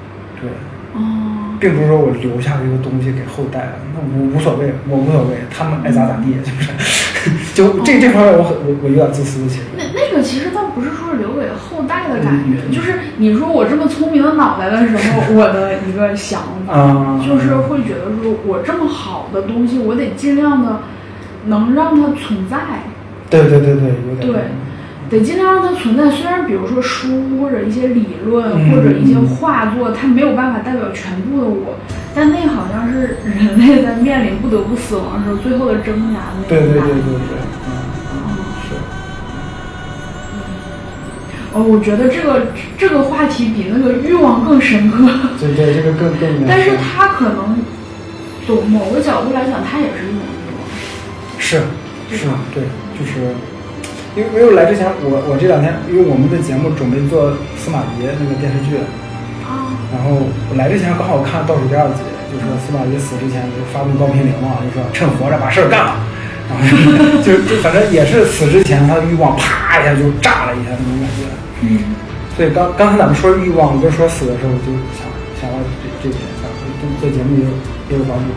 并不是说我留下这个东西给后代，那我无所谓，他们爱咋地，就这方面我有点自私。其实那个其实倒不是说留给后代的感觉，就是你说我这么聪明的脑袋的时候，我的一个想法就是会觉得说我这么好的东西，我得尽量的能让它存在。 对，有点。 对，得尽量让它存在。虽然比如说书或者一些理论或者一些画作，它没有办法代表全部的我，但那好像是人类在面临不得不死亡的时候最后的挣扎。 对，是。 我觉得这个话题比那个欲望更深刻。 对，这个更。 但是它可能从某个角度来讲，它也是一种欲望。 是，对，就是。因为我来之前，我这2天，因为我们的节目准备做司马懿那个电视剧，然后我来之前刚好看倒数第2集，就说司马懿死之前就发动高频铃嘛，就说趁活着把事儿干了，然后就反正也是死之前他的欲望啪一下就炸了一下那种感觉。所以刚才咱们说欲望跟说死的时候，我就想到这点，对节目也有帮助。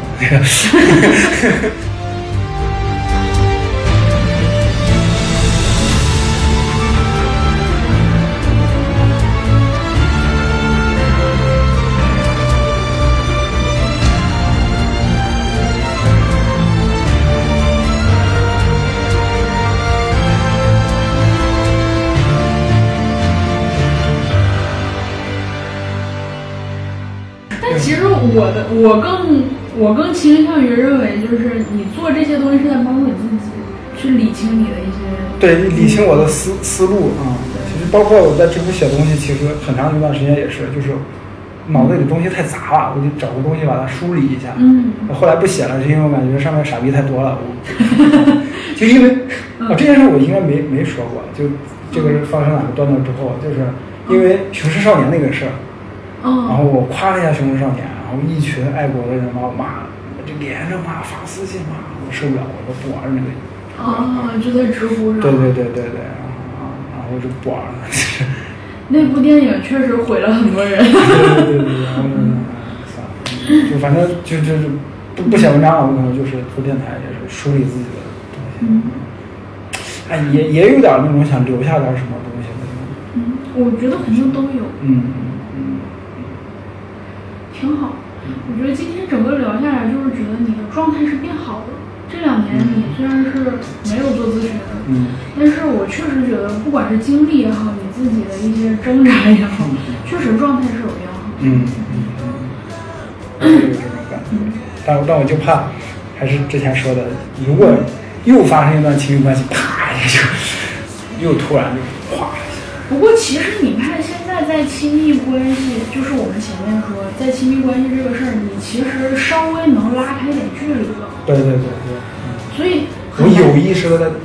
其实我更倾向于认为，就是你做这些东西是在帮助你自己去理清你的一些理清我的思路啊。其实包括我在知乎写东西，其实很长一段时间也是，就是脑子里东西太杂了，我就找个东西把它梳理一下。后来不写了，是因为我感觉上面傻逼太多了。就因为这件事我应该没说过，就这个是发生哪个段落之后，就是因为《雄狮少年》那个事儿，然后我夸了一下《雄狮少年》，然后一群爱国的人把我骂，就连着骂，发私信骂，我受不了，我说不玩那个。 就在知乎上。 对，然后就不玩了。 那部电影确实毁了很多人。 对，然后算了，就反正就不写文章了，我可能就是做电台，也是梳理自己的东西。也有点那种想留下点什么东西的。 我觉得肯定都有。挺好。我觉得今天整个聊下来，就是觉得你的状态是变好的。这2年你虽然是没有做咨询的，但是我确实觉得，不管是经历也好，你自己的一些挣扎也好，确实状态是有变好。 我有这种感觉，但我就怕，还是之前说的，如果又发生一段亲密关系，啪一下就又突然就哗。 不过其实你看，现在在亲密关系，就是我们前面说，在亲密关系这个事儿，你其实稍微能拉开点距离了。 对。 所以我有意识的在，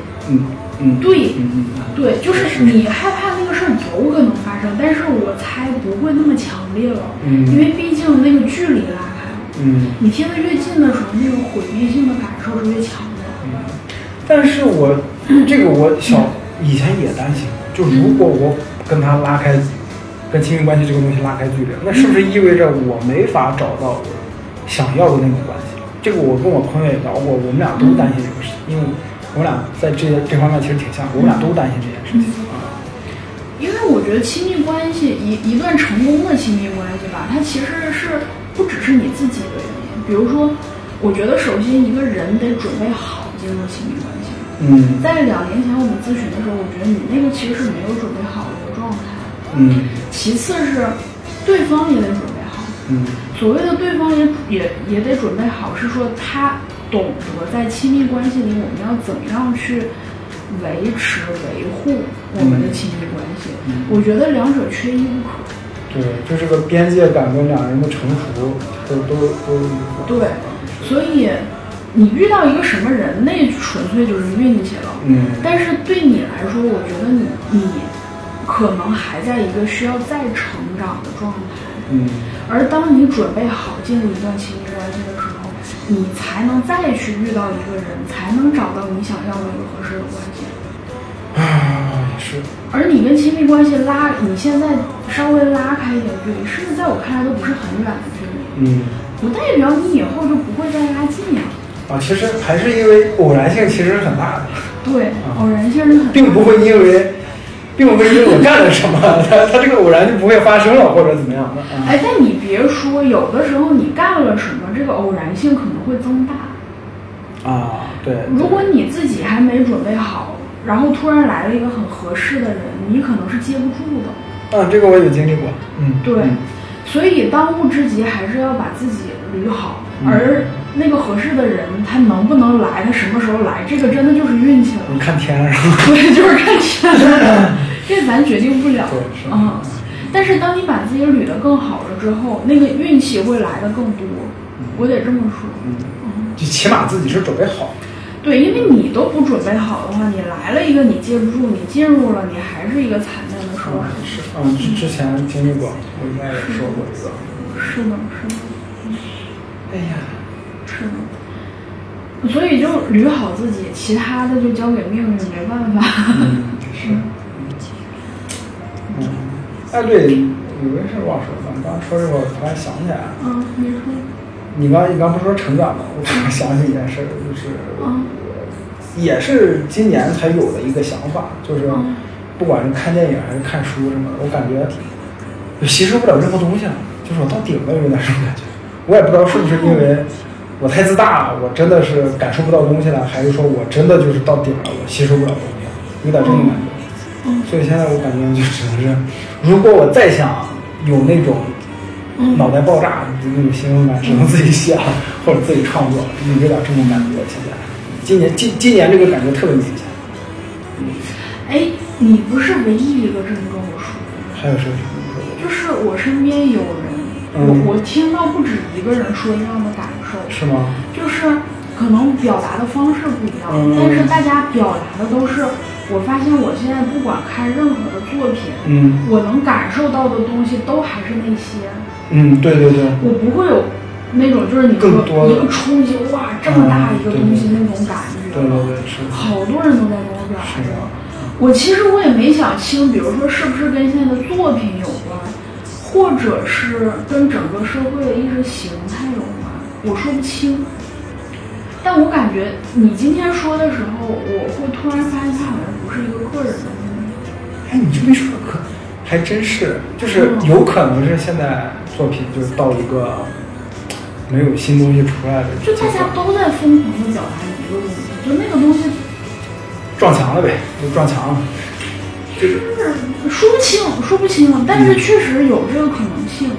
对，就是你害怕那个事儿有可能发生，但是我猜不会那么强烈了，因为毕竟那个距离拉开了，你贴得越近的时候，那个毁灭性的感受是越强的。 但是我以前也担心，就如果我跟他拉开，跟亲密关系这个东西拉开距离，那是不是意味着我没法找到我想要的那种关系？这个我跟我朋友也聊过，我们俩都担心这个事情，因为我们俩在这方面其实挺像，我们俩都担心这件事情。 因为我觉得亲密关系一段成功的亲密关系吧，它其实是不只是你自己的原因。比如说，我觉得首先一个人得准备好进入亲密关系。在2年前我们咨询的时候，我觉得你那个其实是没有准备好的一个状态。其次是对方也得准备好。所谓的对方也得准备好，是说他懂得在亲密关系里我们要怎么样去维持维护我们的亲密关系。我觉得两者缺一不可。 对，就这个边界感跟两人的成熟都对，所以你遇到一个什么人，那纯粹就是运气了。但是对你来说，我觉得你可能还在一个需要再成长的状态。而当你准备好进入一段亲密关系的时候，你才能再去遇到一个人，才能找到你想要的一个合适的关系。 是。 而你跟亲密关系你现在稍微拉开一点距离，甚至在我看来都不是很远的距离。不代表你以后就不会再拉近呀。 其实还是因为偶然性其实是很大的。 对，偶然性是很大的， 并不会因为我干了什么，他这个偶然就不会发生了，或者怎么样的。 但你别说，有的时候你干了什么，这个偶然性可能会增大。 对。 如果你自己还没准备好，然后突然来了一个很合适的人，你可能是接不住的。 这个我也经历过。 对。所以当务之急还是要把自己捋好，而那个合适的人他能不能来，他什么时候来，这个真的就是运气了。 你看天上。 对，就是看天。这咱决定不了。 对， 但是当你把自己捋得更好了之后，那个运气会来的更多。我得这么说。 就起码自己是准备好的。 对，因为你都不准备好的话，你来了一个你接不住，你进入了，你还是一个惨淡的收场。 之前经历过，我应该也说过一个。 是的。 哎呀， 是的。所以就捋好自己，其他的就交给命运，没办法。 是。对，有个事忘说了，你刚刚说这个，我突然想起来了。 你说。 你刚不是说成长吗？我突然想起一件事，就是也是今年才有的一个想法，就是不管是看电影还是看书什么的，我感觉吸收不了任何东西了，就是我到顶了，有点这种感觉。我也不知道是不是因为我太自大了，我真的是感受不到东西了，还是说我真的就是到顶了，我吸收不了东西了，有点这种感觉。所以现在我感觉就只能是，如果我再想有那种脑袋爆炸的那种形容感，只能自己写或者自己创作，有点这种感觉。现在今年这个感觉特别明显。 你不是唯一一个这么跟我说的。 还有谁？ 就是我身边有人我听到不止一个人说这样的感受。 是吗？ 就是可能表达的方式不一样，但是大家表达的都是，我发现我现在不管看任何的作品，我能感受到的东西都还是那些。 对对对。我不会有那种就是你说一个冲击，哇，这么大一个东西那种感觉。 对对对，是。 好多人都在跟我表达着。我其实我也没想清，比如说是不是跟现在的作品有关，或者是跟整个社会的意识形态有关，我说不清。但我感觉你今天说的时候，我会突然发现它好像不是一个个人的问题。 你这么一说还真是，就是有可能是现在作品就是到一个没有新东西出来的， 就大家都在疯狂的表达一个东西，就那个东西撞墙了呗，就撞墙了。 就是说不清，但是确实有这个可能性。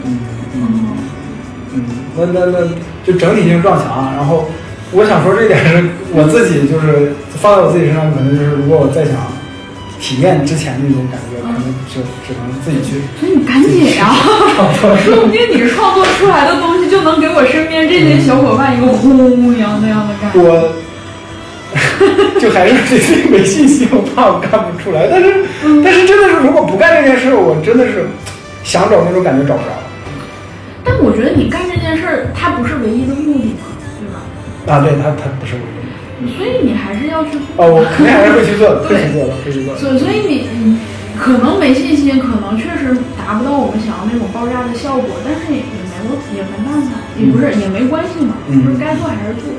那就整体性撞墙。然后我想说这一点是我自己就是放在我自己身上，可能就是如果我再想体验之前那种感觉，可能只能自己去。 所以你赶紧呀！说不定你创作出来的东西就能给我身边这些小伙伴一个轰一样那样的感觉。 我就还是对自己没信心，我怕我干不出来。但是真的是，如果不干这件事，我真的是想找那种感觉找不着。 但我觉得你干这件事儿，它不是唯一的目的嘛，对吧？ 对，它不是唯一的目的。所以你还是要去做。 我肯定还是会去做的，会去做的，会去做的。 所以你可能没信心，可能确实达不到我们想要那种爆炸的效果，但是也没办法，也没关系嘛，就是该做还是做。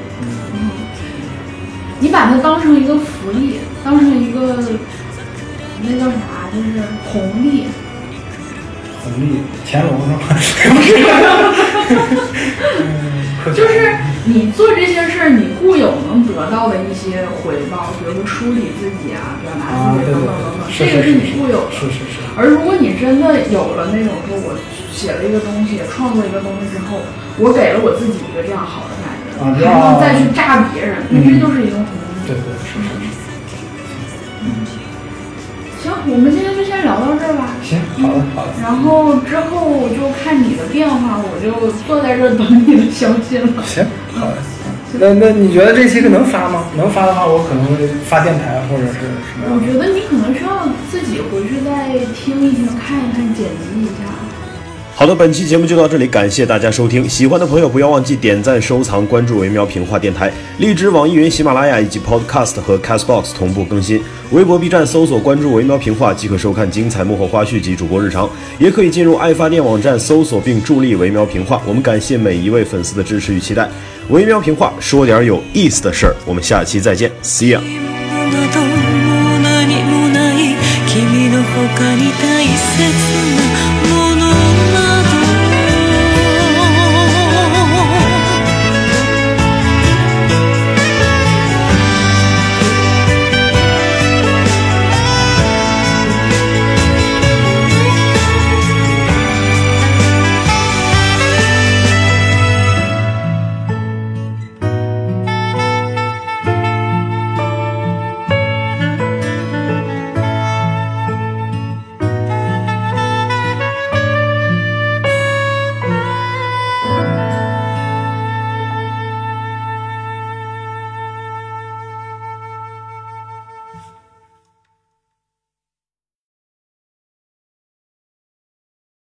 你把它当成一个福利，当成一个那叫啥，就是红利。 乾隆是吧？ 就是你做这些事儿，你固有能得到的一些回报，比如说梳理自己啊，表达自己等等等等，这个是你固有的。 是。 而如果你真的有了那种说，我写了一个东西，创作一个东西之后，我给了我自己一个这样好的感觉，还能再去炸别人，那这就是一种红利。 对，是。 行，我们今天就先聊到这儿吧。 行，好的。 然后之后就看你的变化，我就坐在这儿等你的消息了。 行，好的。那你觉得这期能发吗？能发的话，我可能会发电台或者是什么？ 我觉得你可能需要自己回去再听一听、看一看、剪辑一下。 好的，本期节目就到这里，感谢大家收听。喜欢的朋友不要忘记点赞、收藏、关注“维喵评话”电台，荔枝、网易云、喜马拉雅以及 Podcast 和 Castbox 同步更新。微博、B 站搜索关注“维喵评话”即可收看精彩幕后花絮及主播日常，也可以进入爱发电网站搜索并助力“维喵评话”。我们感谢每一位粉丝的支持与期待。维喵评话，说点有意思的事儿，我们下期再见 ，See ya。 君の他に大切な